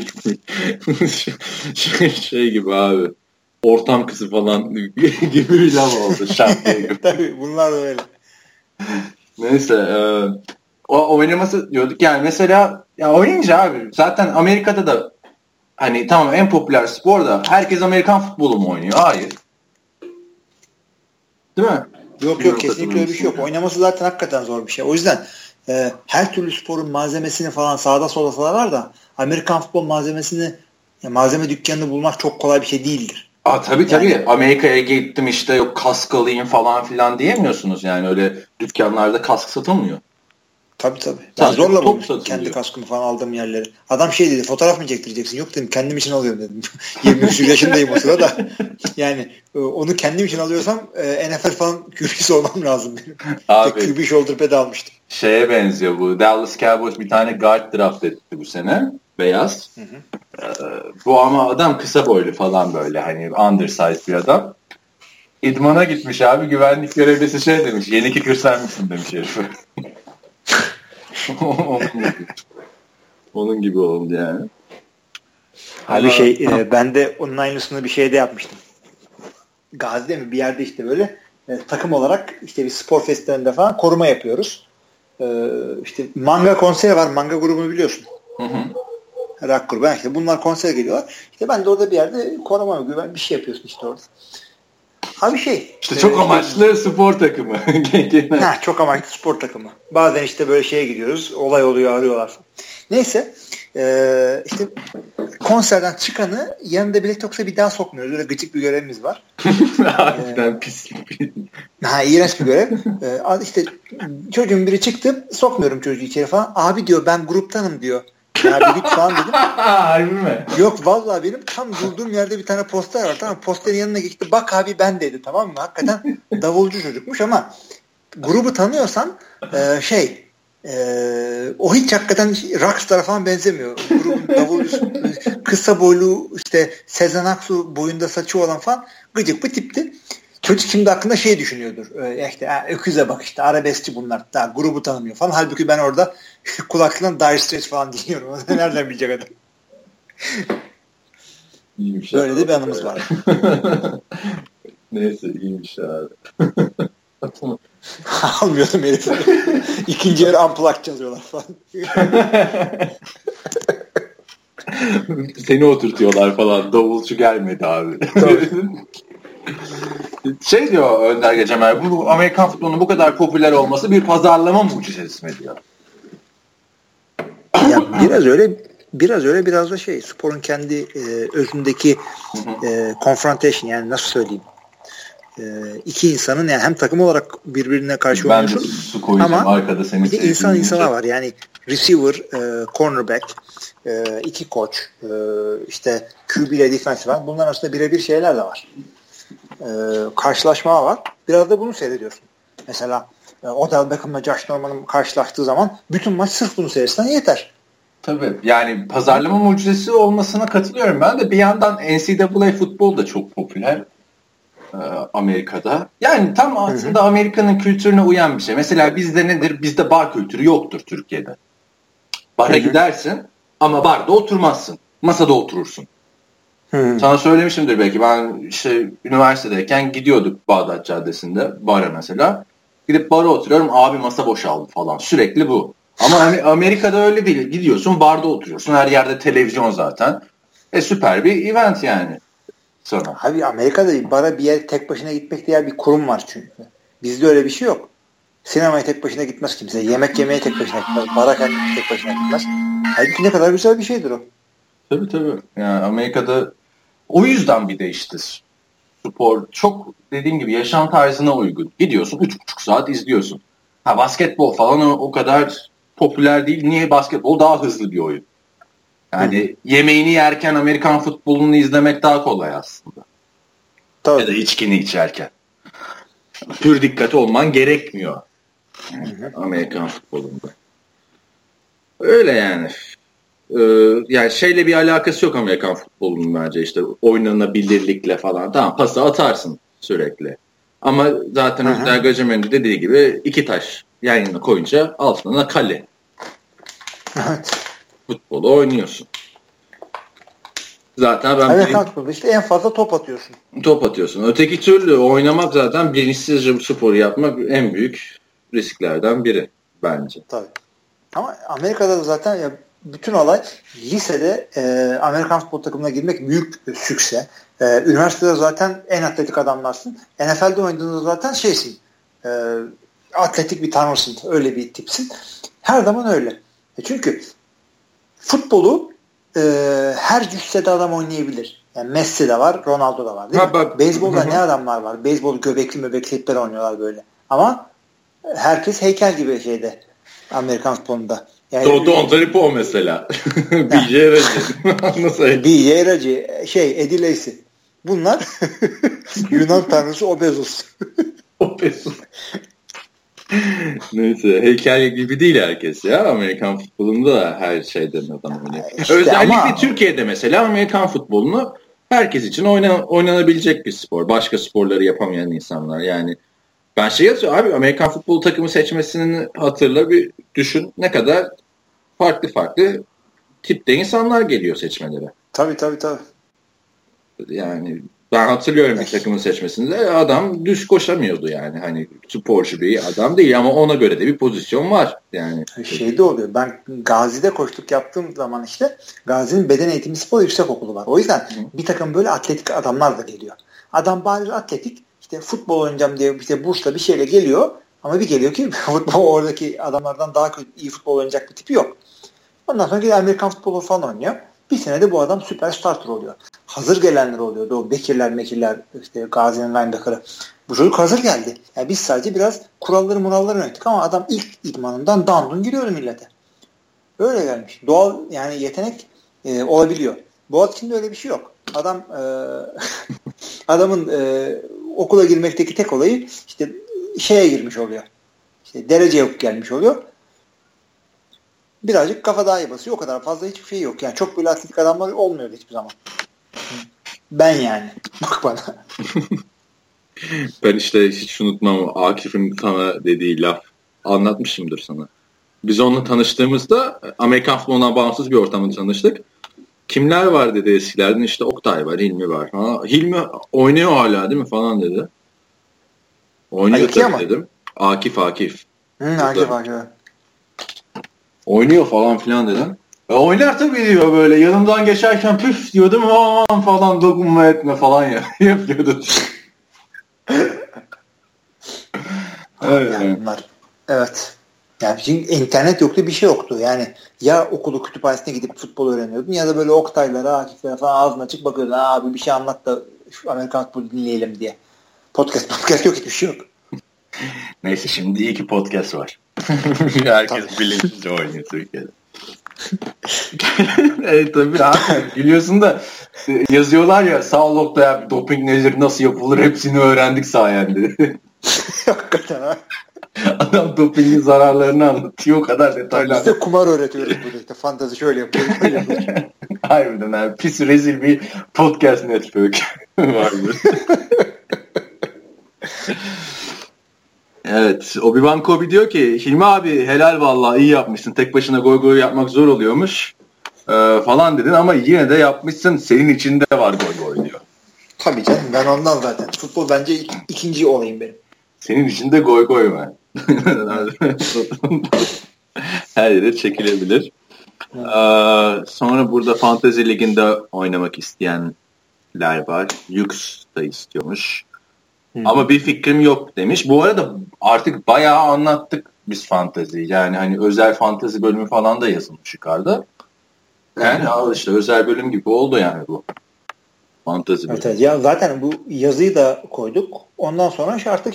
köpeği gibi abi. Ortam kızı falan gibi bir laf oldu. Şantiye köpeği. Tabii bunlar da öyle. Neyse. O oynaması diyorduk. Yani mesela ya oynayınca abi zaten Amerika'da da hani tamam en popüler spor da herkes Amerikan futbolu mu oynuyor? Hayır. Değil mi? Yok kesinlikle öyle bir şey yok. Oynaması zaten hakikaten zor bir şey. O yüzden her türlü sporun malzemesini falan sağda solda salarlar da Amerikan futbol malzemesini malzeme dükkanını bulmak çok kolay bir şey değildir. Tabii. Amerika'ya gittim işte yok kask alayım falan filan diyemiyorsunuz yani öyle dükkanlarda kask satılmıyor. Tabii. Ben zorla bulmuştum kendi kaskımı falan aldığım yerleri. Adam şey dedi, fotoğraf mı çektireceksin? Yok dedim, kendim için alıyorum dedim. 23 yaşındayım o sırada. Yani onu kendim için alıyorsam NFL falan QB'si olmam lazım benim. Abi, QB shoulder pad almıştım. Şeye benziyor bu. Dallas Cowboys bir tane guard draft etti bu sene. Beyaz. Bu ama adam kısa boylu falan böyle. Hani undersized bir adam. İdmana gitmiş abi. Güvenlik görevlisi şey demiş. Yeni kicker sen misin demiş herif. Onun gibi oldu yani. Abi ben de onun aynısını bir şeyde yapmıştım. Gazi'de mi bir yerde işte böyle takım olarak işte bir spor festivalinde falan koruma yapıyoruz. İşte manga konseri var. Manga grubunu biliyorsun. Rock grubu. İşte bunlar konsere geliyorlar. İşte ben de orada bir yerde koruma güven bir şey yapıyorsun işte orada. Abi İşte çok amaçlı spor takımı. Çok amaçlı spor takımı. Bazen işte böyle şeye gidiyoruz. Olay oluyor, arıyorlar. Neyse. İşte konserden çıkanı yanında bilet yoksa bir daha sokmuyoruz. Öyle gıcık bir görevimiz var. Harbiden pis. İğrenç bir görev. İşte çocuğun biri çıktı. Sokmuyorum çocuğu içeri falan. Abi diyor ben gruptanım diyor. Ya bir git falan dedim. Harbi mi? Yok vallahi benim tam durduğum yerde bir tane poster var. Tamam, posterin yanına geçti. Bak abi ben dedi, tamam mı? Hakikaten davulcu çocukmuş ama grubu tanıyorsan o hiç hakikaten rockstar'a falan benzemiyor. Grubun davulcusu kısa boylu işte Sezen Aksu boyunda saçı olan falan gıcık bir tipti. Çocuk şimdi hakkında şey düşünüyordur. Öküze bak işte arabeskçi bunlar. Daha grubu tanımıyor falan. Halbuki ben orada kulaklıkla Dire Straits falan dinliyorum. Nereden bilecek adam? İyiymiş böyle de bir anımız var. Neyse iyiymiş abi. Almıyordum herifi. İkinci yarı unplugged çalıyorlar falan. Seni oturtuyorlar falan. Davulcu gelmedi abi. Şey diyor Önder Gecemer, bu Amerikan futbolunun bu kadar popüler olması bir pazarlama mucizesi mi diyor? Ya biraz öyle biraz da sporun kendi özündeki confrontation, yani nasıl söyleyeyim, iki insanın yani hem takım olarak birbirine karşı oynuyorsun ama arkada seni bir de insan insana var yani receiver, cornerback, iki koç, işte QB ile defensive var, bunların arasında birebir şeyler de var. Karşılaşma var. Biraz da bunu seyrediyorsun. Mesela Odell Beckham'la Josh Norman'ın karşılaştığı zaman bütün maç sırf bunu seyretsen yeter. Tabii. Yani pazarlama mucizesi olmasına katılıyorum ben de. Bir yandan NCAA futbol da çok popüler Amerika'da. Yani tam aslında Amerika'nın kültürüne uyan bir şey. Mesela bizde nedir? Bizde bar kültürü yoktur Türkiye'de. Bara gidersin ama barda oturmazsın. Masada oturursun. Sana söylemişimdir belki. Ben işte üniversitedeyken gidiyorduk Bağdat Caddesi'nde bara mesela. Gidip bara oturuyorum. Abi masa boşaldı falan. Sürekli bu. Ama Amerika'da öyle değil. Gidiyorsun barda oturuyorsun. Her yerde televizyon zaten. Süper bir event yani. Sonra. Abi Amerika'da bara bir yer tek başına gitmek diye bir kurum var çünkü. Bizde öyle bir şey yok. Sinemaya tek başına gitmez kimse. Yemek yemeye tek başına gitmez. Bara tek başına gitmez. Halbuki ne kadar güzel bir şeydir o. Tabii. Yani Amerika'da o yüzden bir de işte spor çok dediğim gibi yaşam tarzına uygun. Gidiyorsun 3,5 saat izliyorsun. Basketbol falan o kadar popüler değil. Niye? Basketbol daha hızlı bir oyun. Yani yemeğini yerken Amerikan futbolunu izlemek daha kolay aslında. Tabii. Ya da içkini içerken. Pür dikkat olman gerekmiyor. Amerikan futbolunda. Öyle yani. Yani şeyle bir alakası yok Amerikan futbolunun bence, işte oynanabilirlikle falan. Tamam, pası atarsın sürekli. Ama zaten Önder Gacemen'in dediği gibi iki taş yan yana koyunca altına kale. Evet. Futbolu oynuyorsun. Zaten Amerikan futbolu işte en fazla top atıyorsun. Top atıyorsun. Öteki türlü oynamak zaten bilinçsizce bu sporu yapmak en büyük risklerden biri bence. Tabii. Ama Amerika'da da zaten ya bütün olay lisede Amerikan futbol takımına girmek büyük sükse. Üniversitede zaten en atletik adamlarsın. NFL'de oynadığında zaten şeysin. Atletik bir tanrısın. Öyle bir tipsin. Her zaman öyle. Çünkü futbolu her cüssede adam oynayabilir. Yani Messi de var, Ronaldo da var. Değil mi? Bak. Beyzbolda ne adamlar var? Beyzbol göbekli tipler oynuyorlar böyle. Ama herkes heykel gibi şeyde Amerikan futbolunda. Yani, Don Taripo mesela. B.J. Raji. B.J. Raji. Eddie Lacy. Bunlar Yunan tanrısı Obezus. Obezus. Neyse. Heykel gibi değil herkes ya. Amerikan futbolunda da her şeyden adam oynuyor. Özellikle Türkiye'de mesela Amerikan futbolunu herkes için oynanabilecek bir spor. Başka sporları yapamayan insanlar. Yani ben yazıyorum abi, Amerikan futbolu takımı seçmesini hatırla, bir düşün, ne kadar farklı tipte insanlar geliyor seçmelere. Tabii. Yani ben hatırlıyorum bir takımın seçmesinde adam düz koşamıyordu yani. Hani sporcu bir adam değil ama ona göre de bir pozisyon var. Yani de oluyor. Ben Gazi'de koştuk yaptığım zaman işte Gazi'nin beden eğitimi spor yüksekokulu var. O yüzden bir takım böyle atletik adamlar da geliyor. Adam bari atletik, işte futbol oynayacağım diye işte bursla bir şeyle geliyor ama bir geliyor ki futbol oradaki adamlardan daha iyi futbol oynayacak bir tipi yok. Ondan sonra gidiyor Amerikan futbolu falan oynuyor. Bir senede bu adam süper starter oluyor. Hazır gelenler oluyordu. O Bekirler, işte Gazi'nin linebacker'ı. Bu çocuk hazır geldi. Yani biz sadece biraz kuralları yönettik ama adam ilk idmanından dandun giriyordu millete. Öyle gelmiş. Doğal yani yetenek olabiliyor. Boğaziçi'nde öyle bir şey yok. Adamın okula girmekteki tek olayı işte şeye girmiş oluyor. İşte derece yapıp gelmiş oluyor. Birazcık kafa daha iyi basıyor. O kadar fazla hiçbir şey yok. Yani çok böyle atletik adamlar olmuyor hiçbir zaman. Ben yani. Bak bana. Ben işte hiç unutmam Akif'in sana dediği laf. Anlatmışımdır sana. Biz onunla tanıştığımızda Amerikan futbolundan bağımsız bir ortamda tanıştık. Kimler var dedi eskilerden, işte Oktay var, Hilmi var. Ha, Hilmi oynuyor hala değil mi falan dedi. Oynuyor tabii dedim. Akif. Akif. Oynuyor falan filan dedim. Oynar tabii diyor böyle. Yanımdan geçerken püf diyordum, aman falan dokunma etme falan ya. Yapıyordu. Evet. Yani bunlar, evet. Yani çünkü internet yoktu, bir şey yoktu. Yani ya okulu kütüphanesine gidip futbol öğreniyordun ya da böyle Oktaylara, Akif'lere falan ağzına açık bakıyordun. Abi bir şey anlat da şu Amerikan futbolu dinleyelim diye. Podcast yok, hiçbir şey yok. Neyse şimdi iyi ki podcast var. Herkes bilinçli oynuyor Türkiye'de. Evet tabii abi. Gülüyorsun da yazıyorlar ya, sağ ol Oktay, doping nedir, nasıl yapılır hepsini öğrendik sayende. Hakikaten ha. Adam dopingin zararlarını anlatıyor, o kadar detaylı. Biz de kumar öğretiyoruz burada işte. Fantezi şöyle yapıyoruz. Harbiden abi. Pis rezil bir podcast network var burada. Evet. Obi-Wan Kenobi diyor ki Hilmi abi helal vallahi, iyi yapmışsın. Tek başına goy yapmak zor oluyormuş falan dedin ama yine de yapmışsın. Senin içinde var goy diyor. Tabii canım, ben ondan zaten. Futbol bence ikinci olayım benim. Senin içinde goy var. Her yere çekilebilir. Sonra burada Fantezi Ligi'nde oynamak isteyenler var. Lux da istiyormuş. Ama bir fikrim yok demiş. Bu arada artık bayağı anlattık biz fanteziyi. Yani hani özel fantezi bölümü falan da yazılmış yukarıda. Yani işte özel bölüm gibi oldu yani bu. Fantezi bölümü. Evet, ya zaten bu yazıyı da koyduk. Ondan sonra artık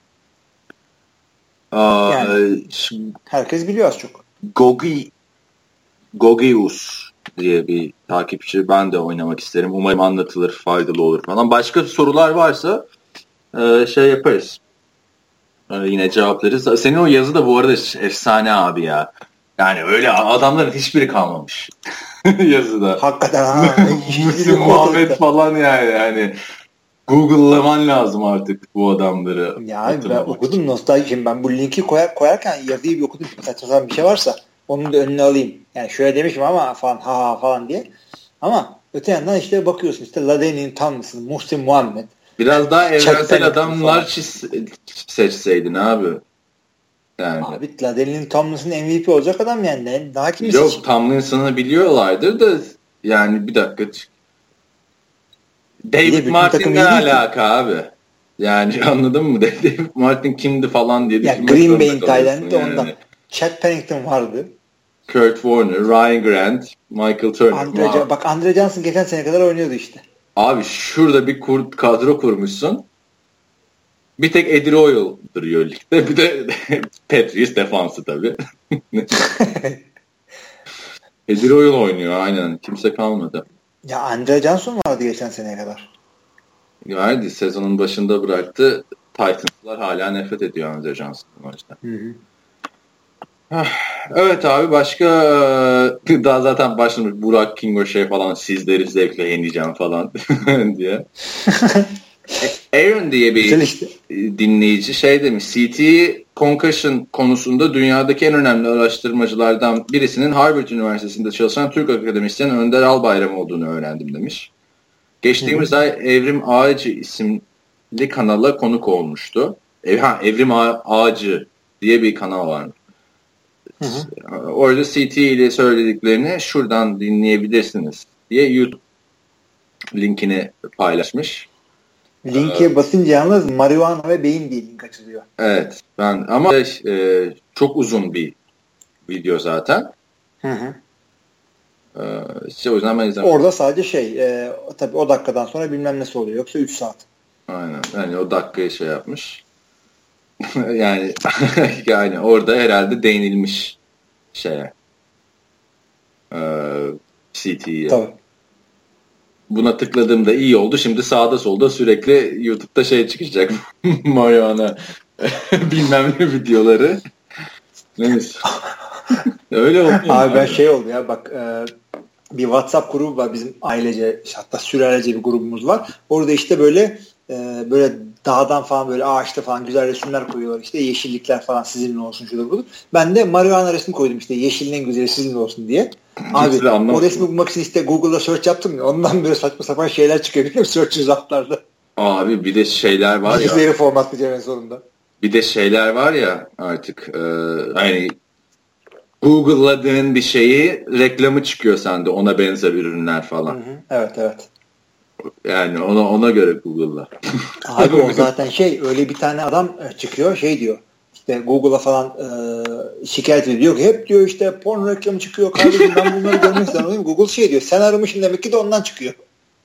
yani herkes biliyor az çok. Gogius diye bir takipçi. Ben de oynamak isterim. Umarım anlatılır, faydalı olur falan. Başka sorular varsa yaparız. Yine cevaplarız. Senin o yazı da bu arada efsane abi ya. Yani öyle adamların hiçbiri kalmamış yazıda. Hakikaten ha. Müslüm Muhammed falan yani. Google'laman lazım artık bu adamları. Ya ben okudum nostalji. Ben bu linki koyarken yazıyı bir okudum. Saçma bir şey varsa onun da önüne alayım. Yani şöyle demişim ama falan falan diye. Ama öte yandan işte bakıyorsun işte Ladenin tanrısı Müslüm Muhammed. Biraz daha evrensel adamlar seçseydin abi. Yani. Abi Ladenin Tomlinson'ın MVP olacak adam yani. Daha kim yok seçecek? Tomlinson'ı biliyorlardır da yani bir dakika. David Martin ne alaka abi? Yani anladın mı? Dave Martin kimdi falan diye yani Green Bay'in Tayland'ı da ondan. Chad Pennington vardı. Kurt Warner, Ryan Grant, Michael Turner. Bak Andre Johnson geçen sene kadar oynuyordu işte. Abi şurada bir kadro kurmuşsun. Bir tek Eddie Royal duruyor ligde. Bir de Patrice defansı tabii. Eddie Royal oynuyor aynen. Kimse kalmadı. Ya Andre Johnson vardı geçen seneye kadar. Yani sezonun başında bıraktı. Titans'lar hala nefret ediyor Andre Johnson'ın o yüzden. Evet abi başka daha zaten başlamış Burak Kingo falan sizleri zevkle yeneceğim falan diye. Aaron diye bir işte dinleyici demiş. CT concussion konusunda dünyadaki en önemli araştırmacılardan birisinin Harvard Üniversitesi'nde çalışan Türk akademisyen Önder Albayram olduğunu öğrendim demiş. Geçtiğimiz ay Evrim Ağacı isimli kanala konuk olmuştu. Evrim Ağacı diye bir kanal var. Orada CT ile söylediklerini şuradan dinleyebilirsiniz diye YouTube linkini paylaşmış. Linke basınca yalnız marihuana ve beyin diye link açılıyor. Evet. Ama çok uzun bir video zaten. İşte o yüzden ben izlemedim. Orada sadece tabii o dakikadan sonra bilmem nasıl oluyor. Yoksa 3 saat. Aynen. Yani o dakikayı yapmış. yani orada herhalde değinilmiş CT'ye. Tabii. Buna tıkladığımda iyi oldu. Şimdi sağda solda sürekli YouTube'da çıkacak. Marihuana bilmem ne videoları. Neyse. Öyle oldu. Abi ben oldu ya bak bir WhatsApp grubu var bizim ailece hatta sülalece bir grubumuz var. Orada işte böyle dağdan falan böyle ağaçta falan güzel resimler koyuyorlar işte yeşillikler falan sizinle olsun şurada burada. Ben de marihuana resmi koydum işte yeşilin en güzeli sizinle olsun diye. Abi o resmi bulmak için işte Google'da search yaptım ya ondan böyle saçma sapan şeyler çıkıyor biliyor musun search result'larda. Abi bir de şeyler var ya. Bilgisayarı formatlayacağım en sonunda. Bir de şeyler var ya artık hani Google'ladığın bir şeyi reklamı çıkıyor sende ona benzer ürünler falan. Evet. Yani ona göre Google'la. Abi o zaten öyle bir tane adam çıkıyor diyor. İşte Google'a falan şikayet ediyor ki hep diyor işte porno reklamı çıkıyor kardeşim ben bunları görmek istiyorum. Google diyor sen aramışsın demek ki de ondan çıkıyor.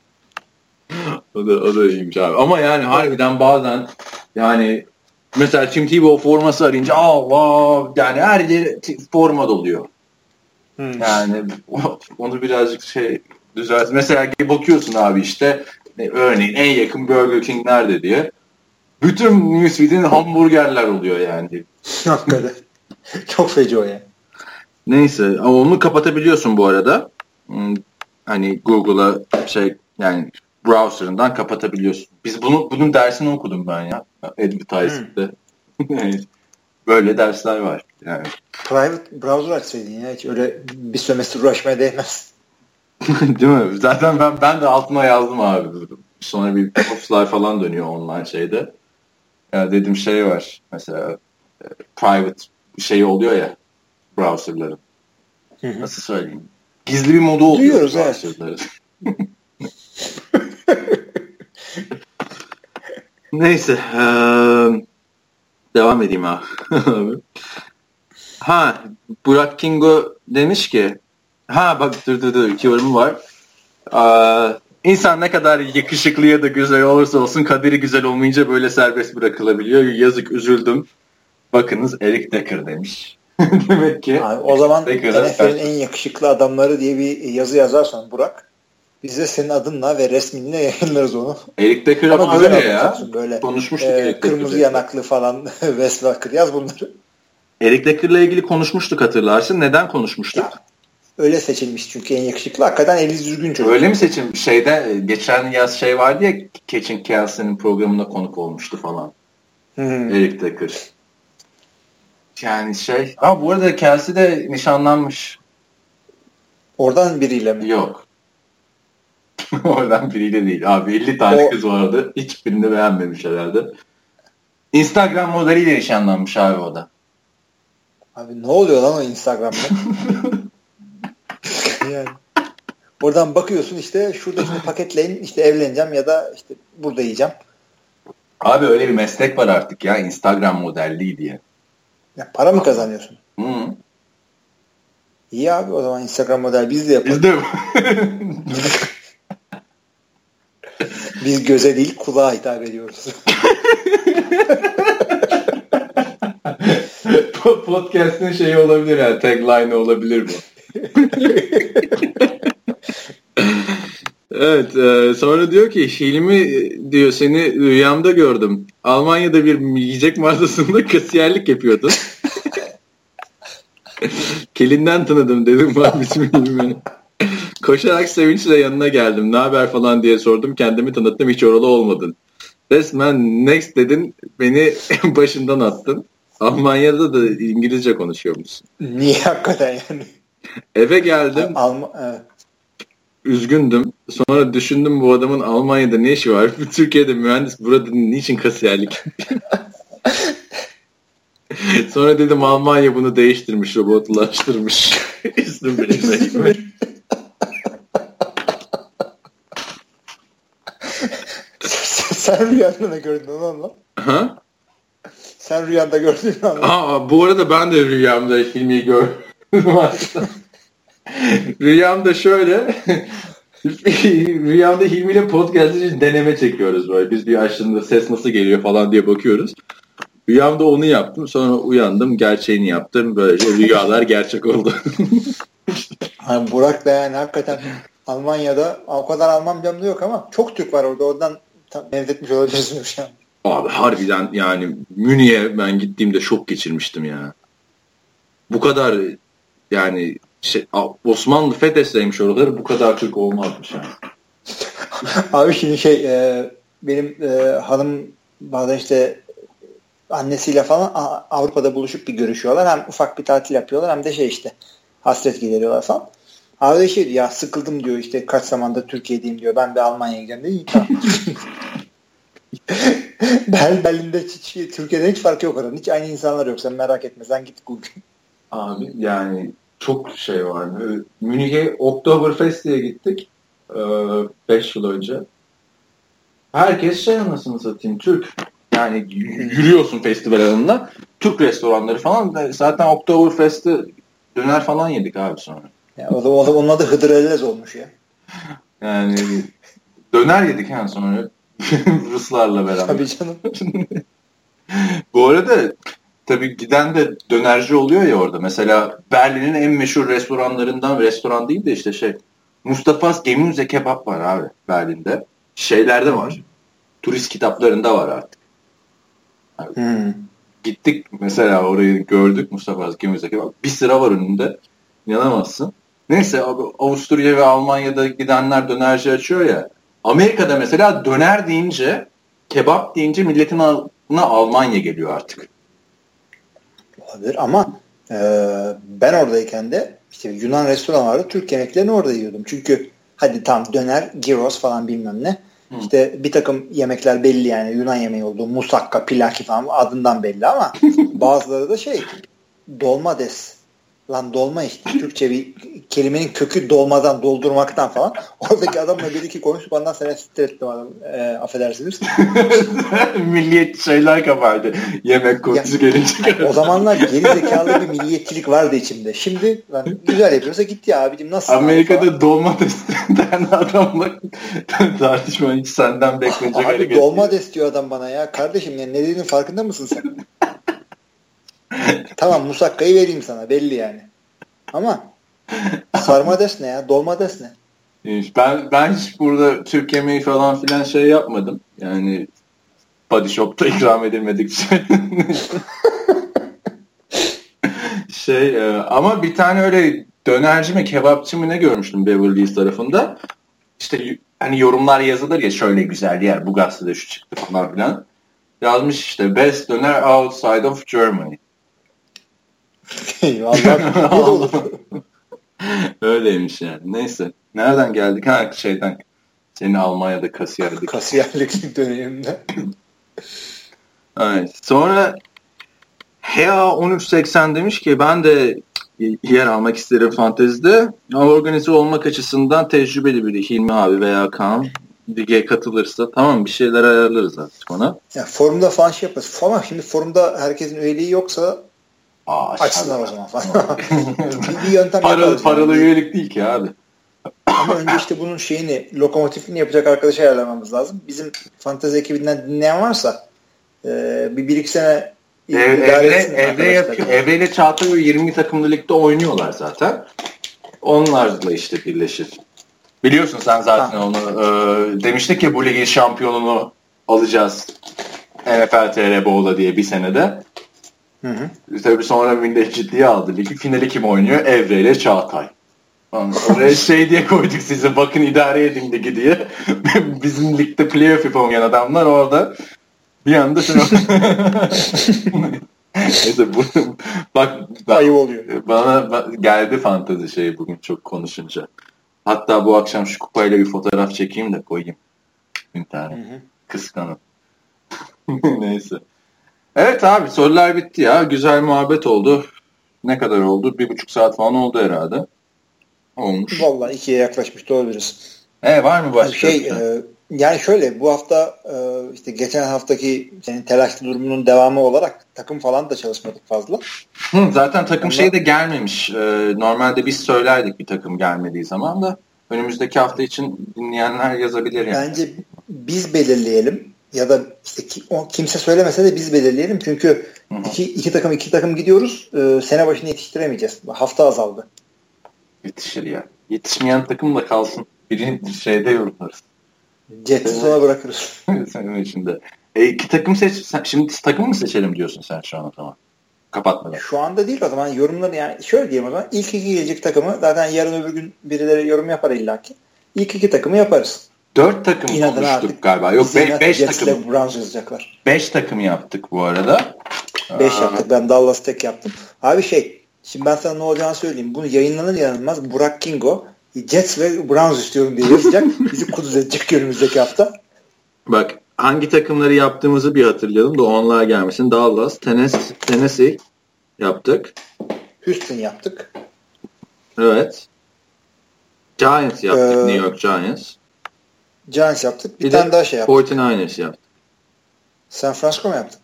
o da iyiymiş abi. Ama yani harbiden bazen yani mesela Tim Tebow forması arayınca Allah yani her yer forma doluyor. Yani onu birazcık düzelt. Mesela bakıyorsun abi işte örneğin en yakın Burger King nerede diye. Bütün newsfeed'in hamburgerler oluyor yani. Hakikaten. Çok feci o ya. Neyse ama onu kapatabiliyorsun bu arada. Hani Google'a yani browser'ından kapatabiliyorsun. Biz bunun dersini okudum ben ya. Advertising'de. Böyle dersler var. Yani. Private browser açsaydın ya. Hiç öyle bir sömestr uğraşmaya değmez. Değil mi? Zaten ben de altına yazdım abi. Sonra bir kurslar falan dönüyor online Ya dedim var. Mesela private oluyor ya browser'ların. Nasıl söyleyeyim? Gizli bir modu oluyor. Duyuyoruz browser'ların. Neyse. Devam edeyim abi. Burak Kingo demiş ki bak dur 2 yorumu var. İnsan ne kadar yakışıklı ya da güzel olursa olsun kaderi güzel olmayınca böyle serbest bırakılabiliyor. Yazık üzüldüm. Bakınız Eric Decker demiş. Demek ki abi, o zaman NFL'in en yakışıklı adamları diye bir yazı yazarsan Burak biz de senin adınla ve resminle yayınlarız onu. Eric Decker ama öyle ya. Böyle, konuşmuştuk. Kırmızı yanaklı falan Wes Walker yaz bunları. Eric Decker'la ilgili konuşmuştuk hatırlarsın. Neden konuşmuştuk? Ya, öyle seçilmiş çünkü en yakışıklı. Hakikaten eli düzgün çocuk. Öyle mi seçilmiş? Geçen yaz vardı ya Catching Kelsey'nin programına konuk olmuştu falan. Eric Decker. Yani bu arada Kelsey de nişanlanmış. Oradan biriyle mi? Yok. Oradan biriyle değil. Abi 50 tane kız vardı. Hiçbirini beğenmemiş herhalde. Instagram modeliyle nişanlanmış abi o da. Abi ne oluyor lan o Instagram'da? Yani. Oradan bakıyorsun işte şurada paketleyin işte evleneceğim ya da işte burada yiyeceğim. Abi öyle bir meslek var artık ya, Instagram modelliği diye. Ya para mı kazanıyorsun? Hı. İyi abi, o zaman Instagram model biz de yapalım. Biz de Biz göze değil kulağa hitap ediyoruz. Podcast'ın şeyi olabilir yani, tagline olabilir bu. Evet, sonra diyor ki Hilmi diyor seni rüyamda gördüm. Almanya'da bir yiyecek mağazasında kasiyerlik yapıyordun. Kelinden tanıdım dedim, var bizim Hilmi. Koşarak sevinçle yanına geldim. Ne haber falan diye sordum. Kendimi tanıttım. Hiç oralı olmadın. Resmen next dedin. Beni başından attın. Almanya'da da İngilizce konuşuyormuşsun. Niye hakikaten yani? Eve geldim. Evet. Üzgündüm. Sonra düşündüm, bu adamın Almanya'da ne işi var? Türkiye'de mühendis, burada niçin kasiyerlik? Sonra dedim Almanya bunu değiştirmiş, robotlaştırmış. İstim benim. Sen rüyanda ne gördün onu anlat. Ha? Sen rüyanda gördüğünü anlat. Bu arada ben de rüyamda Hilmi'yi gördüm. Rüyamda şöyle. Rüyamda Hilmi ile podcast için deneme çekiyoruz böyle. Biz bir açtığımda ses nasıl geliyor falan diye bakıyoruz. Rüyamda onu yaptım. Sonra uyandım. Gerçeğini yaptım. Böylece rüyalar gerçek oldu. Yani Burak da yani hakikaten Almanya'da o kadar Almancam da yok ama çok Türk var orada. Oradan benzetmiş olabilirsin şu an. Abi harbiden yani Münih'e ben gittiğimde şok geçirmiştim ya. Bu kadar yani Osmanlı fethetseymiş oraları, bu kadar Türk olmazmış yani. Abi şimdi benim hanım bazen işte annesiyle falan Avrupa'da buluşup bir görüşüyorlar. Hem ufak bir tatil yapıyorlar hem de işte hasret gideriyorlar falan. Abi de ya sıkıldım diyor, işte kaç zamandır Türkiye'deyim diyor. Ben de Almanya'ya gideceğim diyor. İyi tamam. Berlin'de Türkiye'de hiç fark yok oradan. Hiç aynı insanlar yok. Sen merak etme. Sen git Google. Abi yani çok şey var. Münih'e Oktoberfest diye gittik. 5 yıl önce. Herkes anasını satayım Türk. Yani yürüyorsun festival alanında. Türk restoranları falan. Zaten Oktoberfest'te döner falan yedik abi sonra. Ya, onun adı Hıdır Ellez olmuş ya. Yani döner yedik yani sonra. Ruslarla beraber. Tabii canım. Bu arada tabii giden de dönerci oluyor ya orada. Mesela Berlin'in en meşhur restoranlarından, restoran değil de işte Mustafa's Gemüse kebap var abi Berlin'de. Şeylerde var. Turist kitaplarında var artık. Yani gittik mesela, orayı gördük, Mustafa's Gemüse kebap. Bir sıra var önünde. İnanamazsın. Neyse abi, Avusturya ve Almanya'da gidenler dönerci açıyor ya. Amerika'da mesela döner deyince, kebap deyince milletin aklına Almanya geliyor artık. Olabilir ama ben oradayken de işte Yunan restoran vardı. Türk yemeklerini orada yiyordum. Çünkü hadi tam döner, gyros falan bilmem ne. İşte bir takım yemekler belli yani. Yunan yemeği olduğu, musakka, pilaki falan adından belli ama bazıları da dolmades. Lan dolma işte. Türkçe bir kelimenin kökü dolmadan, doldurmaktan falan. Oradaki adamla bir iki konuşup ondan sonra ettim adam. Affedersiniz. Milliyetçi şeyler kabardı. Yemek konusu gelince. O zamanlar geri zekalı bir milliyetçilik vardı içimde. Şimdi lan güzel yapıyorsa gitti ya abicim, nasıl? Amerika'da dolmades'ten adamla tartışma hiç senden beklenecek. Abi dolmades diyor adam bana ya. Kardeşim yani ne dediğinin farkında mısın sen? Tamam, musakkayı vereyim sana belli yani. Ama sarmades ne ya? Dolmades ne? Ben hiç burada Türk yemeği falan filan yapmadım. Yani Body Shop'ta ikram edilmedikçe. Ama bir tane öyle dönerci mi kebapçı mı ne görmüştüm Beverly Hills tarafında. İşte hani yorumlar yazılır ya, şöyle güzel yer, bu gazetede şu çıktı falan filan. Yazmış işte best döner outside of Germany. Vallahi öyleymiş yani. Neyse. Nereden geldik? Senin Almanya'da kasiyerlik. Kasiyerlik döneminde. Evet. Sonra HEA 1380 demiş ki ben de yer almak isterim fantezide. Ama organize olmak açısından tecrübeli biri. Hilmi abi veya Kaan. lige katılırsa tamam bir şeyler ayarlarız artık ona. Ya forumda falan şey yaparız. Falan şimdi forumda herkesin üyeliği yoksa açsınlar o zaman falan. bir yöntem yaparız. Paralı üyelik değil ki abi. Ama önce işte bunun şeyini, lokomotifini yapacak arkadaşı ayarlamamız lazım. Bizim fantezi ekibinden dinleyen varsa bir iki sene Evre yapıyor. Evre ile Çağatay 20 takımlı ligde oynuyorlar zaten. Onlarla işte birleşir. Biliyorsun sen zaten onu. Demiştik ya bu ligin şampiyonunu alacağız. NFL TR Bowl'a diye bir senede. Tabii sonra millet ciddiye aldı. Ligi finali kim oynuyor? Evre ile Çağatay. Oraya şey diye koyduk sizi bakın idare edin ligi diye. Bizim ligde playoff yapamayan adamlar orada bir anda neyse bak ayıp oluyor. Bana geldi fantezi şey bugün çok konuşunca. Hatta bu akşam şu kupayla bir fotoğraf çekeyim de koyayım internete. Kıskanın. Neyse. Evet abi sorular bitti ya. Güzel muhabbet oldu. Ne kadar oldu? 1,5 saat falan oldu herhalde. Olmuş. Vallahi 2'ye yaklaşmış doğru birisi. Var mı başka? Yani şöyle bu hafta işte geçen haftaki senin telaşlı durumunun devamı olarak takım falan da çalışmadık fazla. Zaten takım şeyi de gelmemiş. Normalde biz söylerdik bir takım gelmediği zaman da önümüzdeki hafta için dinleyenler yazabilir yani. Bence biz belirleyelim ya da işte kimse söylemese de biz belirleyelim çünkü iki takım gidiyoruz. Sene başını yetiştiremeyeceğiz. Hafta azaldı. Yetişir ya. Yetişmeyen takım da kalsın. Birini şeyde yorumlarız. Jets'i sona bırakırız. Senin içinde. İki takım şimdi takım mı seçelim diyorsun sen şu an o zaman? Kapatmadan. Şu anda değil o zaman yorumları yani şöyle diyeyim o zaman. İlk iki gelecek takımı zaten yarın öbür gün birileri yorum yapar illaki. İlk iki takımı yaparız. 4 takım konuştuk galiba. Yok 5 takım. Browns yazacaklar. 5 takım yaptık bu arada. 5 yaptık. Ben Dallas tek yaptım. Abi şimdi ben sana ne olacağını söyleyeyim. Bunu yayınlanır yanılmaz Burak Kingo Jets ve Browns istiyorum diye yazacak. Bizi kuduz edecek önümüzdeki hafta. Bak hangi takımları yaptığımızı bir hatırlayalım da onlar gelmesin. Dallas, Tennessee yaptık. Houston yaptık. Evet. Giants yaptık. New York Giants. Giants yaptık. Bir tane daha şey yaptık. 49ers yaptık. San Francisco mu yaptık?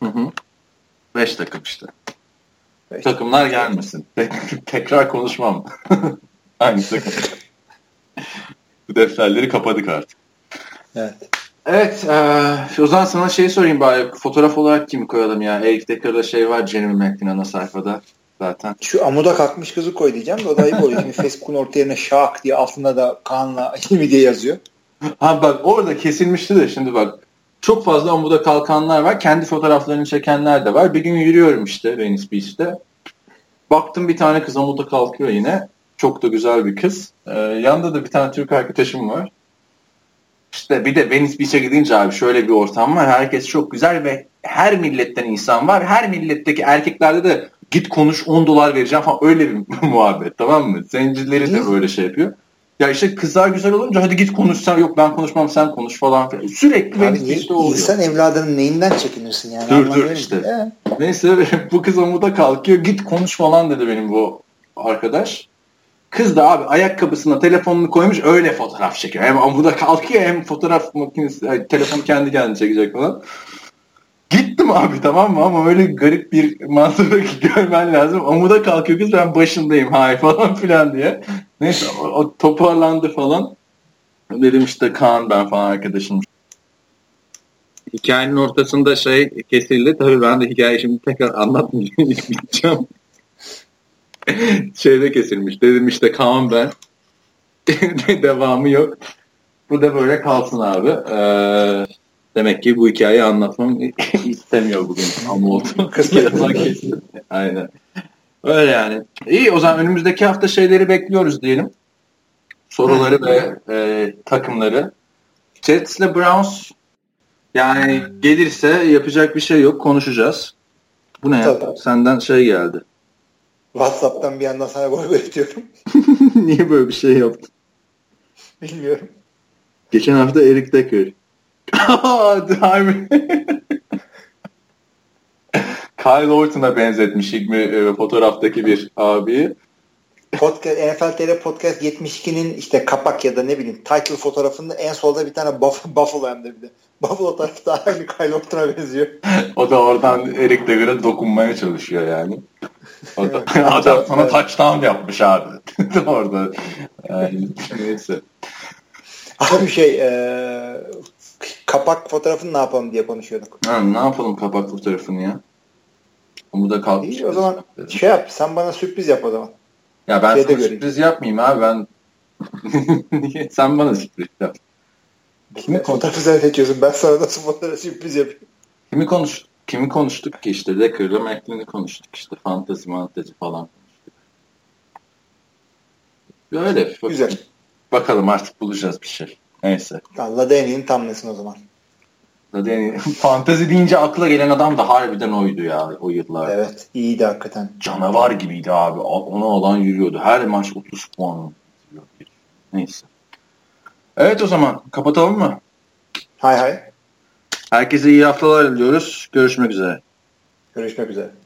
5 takım işte. Takımlar gelmesin. Tekrar konuşmam. Aynı takım. Bu defterleri kapadık artık. Evet. Evet. O zaman sana sorayım bari. Fotoğraf olarak kimi koyalım ya? Eric Decker'da var. Jeremy McKinn ana sayfada zaten. Şu amuda kalkmış kızı koy diyeceğim de o da ayıp oluyor. Şimdi Facebook'un orta yerine Şak diye altında da Kaan'la mi diye yazıyor. Bak orada kesilmişti de şimdi bak. Çok fazla amuda kalkanlar var. Kendi fotoğraflarını çekenler de var. Bir gün yürüyorum işte Venice Beach'te. Baktım bir tane kız amuda kalkıyor yine. Çok da güzel bir kız. Yanında da bir tane Türk arkadaşım var. İşte bir de Venice Beach'e gidince abi şöyle bir ortam var. Herkes çok güzel ve her milletten insan var. Her milletteki erkeklerde de git konuş $10 vereceğim falan öyle bir muhabbet tamam mı? Zencileri de böyle şey yapıyor. Ya işte kızlar güzel olunca hadi git konuş sen yok ben konuşmam sen konuş falan filan. Sürekli Venice Beach'te oluyor. İnsan evladının neyinden çekinirsin yani? Dur işte. Neyse bu kız amuda kalkıyor git konuş falan dedi benim bu arkadaş. Kız da abi ayakkabısına telefonunu koymuş öyle fotoğraf çekiyor. Hem amuda kalkıyor hem fotoğraf makinesi telefonu kendi kendine çekecek falan. Gittim abi tamam mı ama öyle garip bir manzara ki görmen lazım. Amuda kalkıyor kız ben başındayım hay falan filan diye. Neyse o toparlandı falan. Dedim işte Kaan ben falan arkadaşım. Hikayenin ortasında kesildi. Tabii ben de hikayeyi şimdi tekrar anlatmayacağım. Şeyde kesilmiş. Dedim işte Kaan ben. Devamı yok. Bu da böyle kalsın abi. Demek ki bu hikayeyi anlatmam istemiyor bugün. Ama oldu. Aynen. Öyle yani. İyi o zaman önümüzdeki hafta bekliyoruz diyelim. Soruları ve takımları. Jets'le Browns yani gelirse yapacak bir şey yok. Konuşacağız. Bu ne ya? Senden geldi. WhatsApp'tan bir yandan sana gol veritiyorum. Niye böyle bir şey yaptın? Bilmiyorum. Geçen hafta Eric Decker. Kyle Orton'a benzetmiş ilk fotoğraftaki bir abiyi. podcast, NFL TR Podcast 72'nin işte kapak ya da ne bileyim title fotoğrafında en solda bir tane Buffalo hem de bir de. Buffalo tarafı da aynı Kyle Orton'a benziyor. O da oradan Eric Deger'e dokunmaya çalışıyor yani. Adam sana touchdown yapmış abi. Orada. Yani, neyse. Abi kapak fotoğrafını ne yapalım diye konuşuyorduk. Ne yapalım kapak fotoğrafını ya? Burada kalmış. İyi, o zaman yap. Sen bana sürpriz yap o zaman. Ya ben sana sürpriz yapmayayım abi. Ben sen bana sürpriz yap. Fotoğrafı sen seçiyorsun. Ben sana nasıl fotoğraf sürpriz yapayım? Kimi konuştuk ki işte? Decker'la McLean'i konuştuk işte. Fantezi falan konuştuk. Böyle. Güzel. Bakalım artık bulacağız bir şey. Neyse. Ladeny'nin tamlasın o zaman. Yani fantezi deyince akla gelen adam da harbiden oydu ya o yıllar. Evet, iyiydi hakikaten. Canavar gibiydi abi. Onu alan yürüyordu. Her maç 30 puan. Neyse. Evet o zaman kapatalım mı? Hay. Herkese iyi haftalar diliyoruz. Görüşmek üzere. Görüşmek üzere.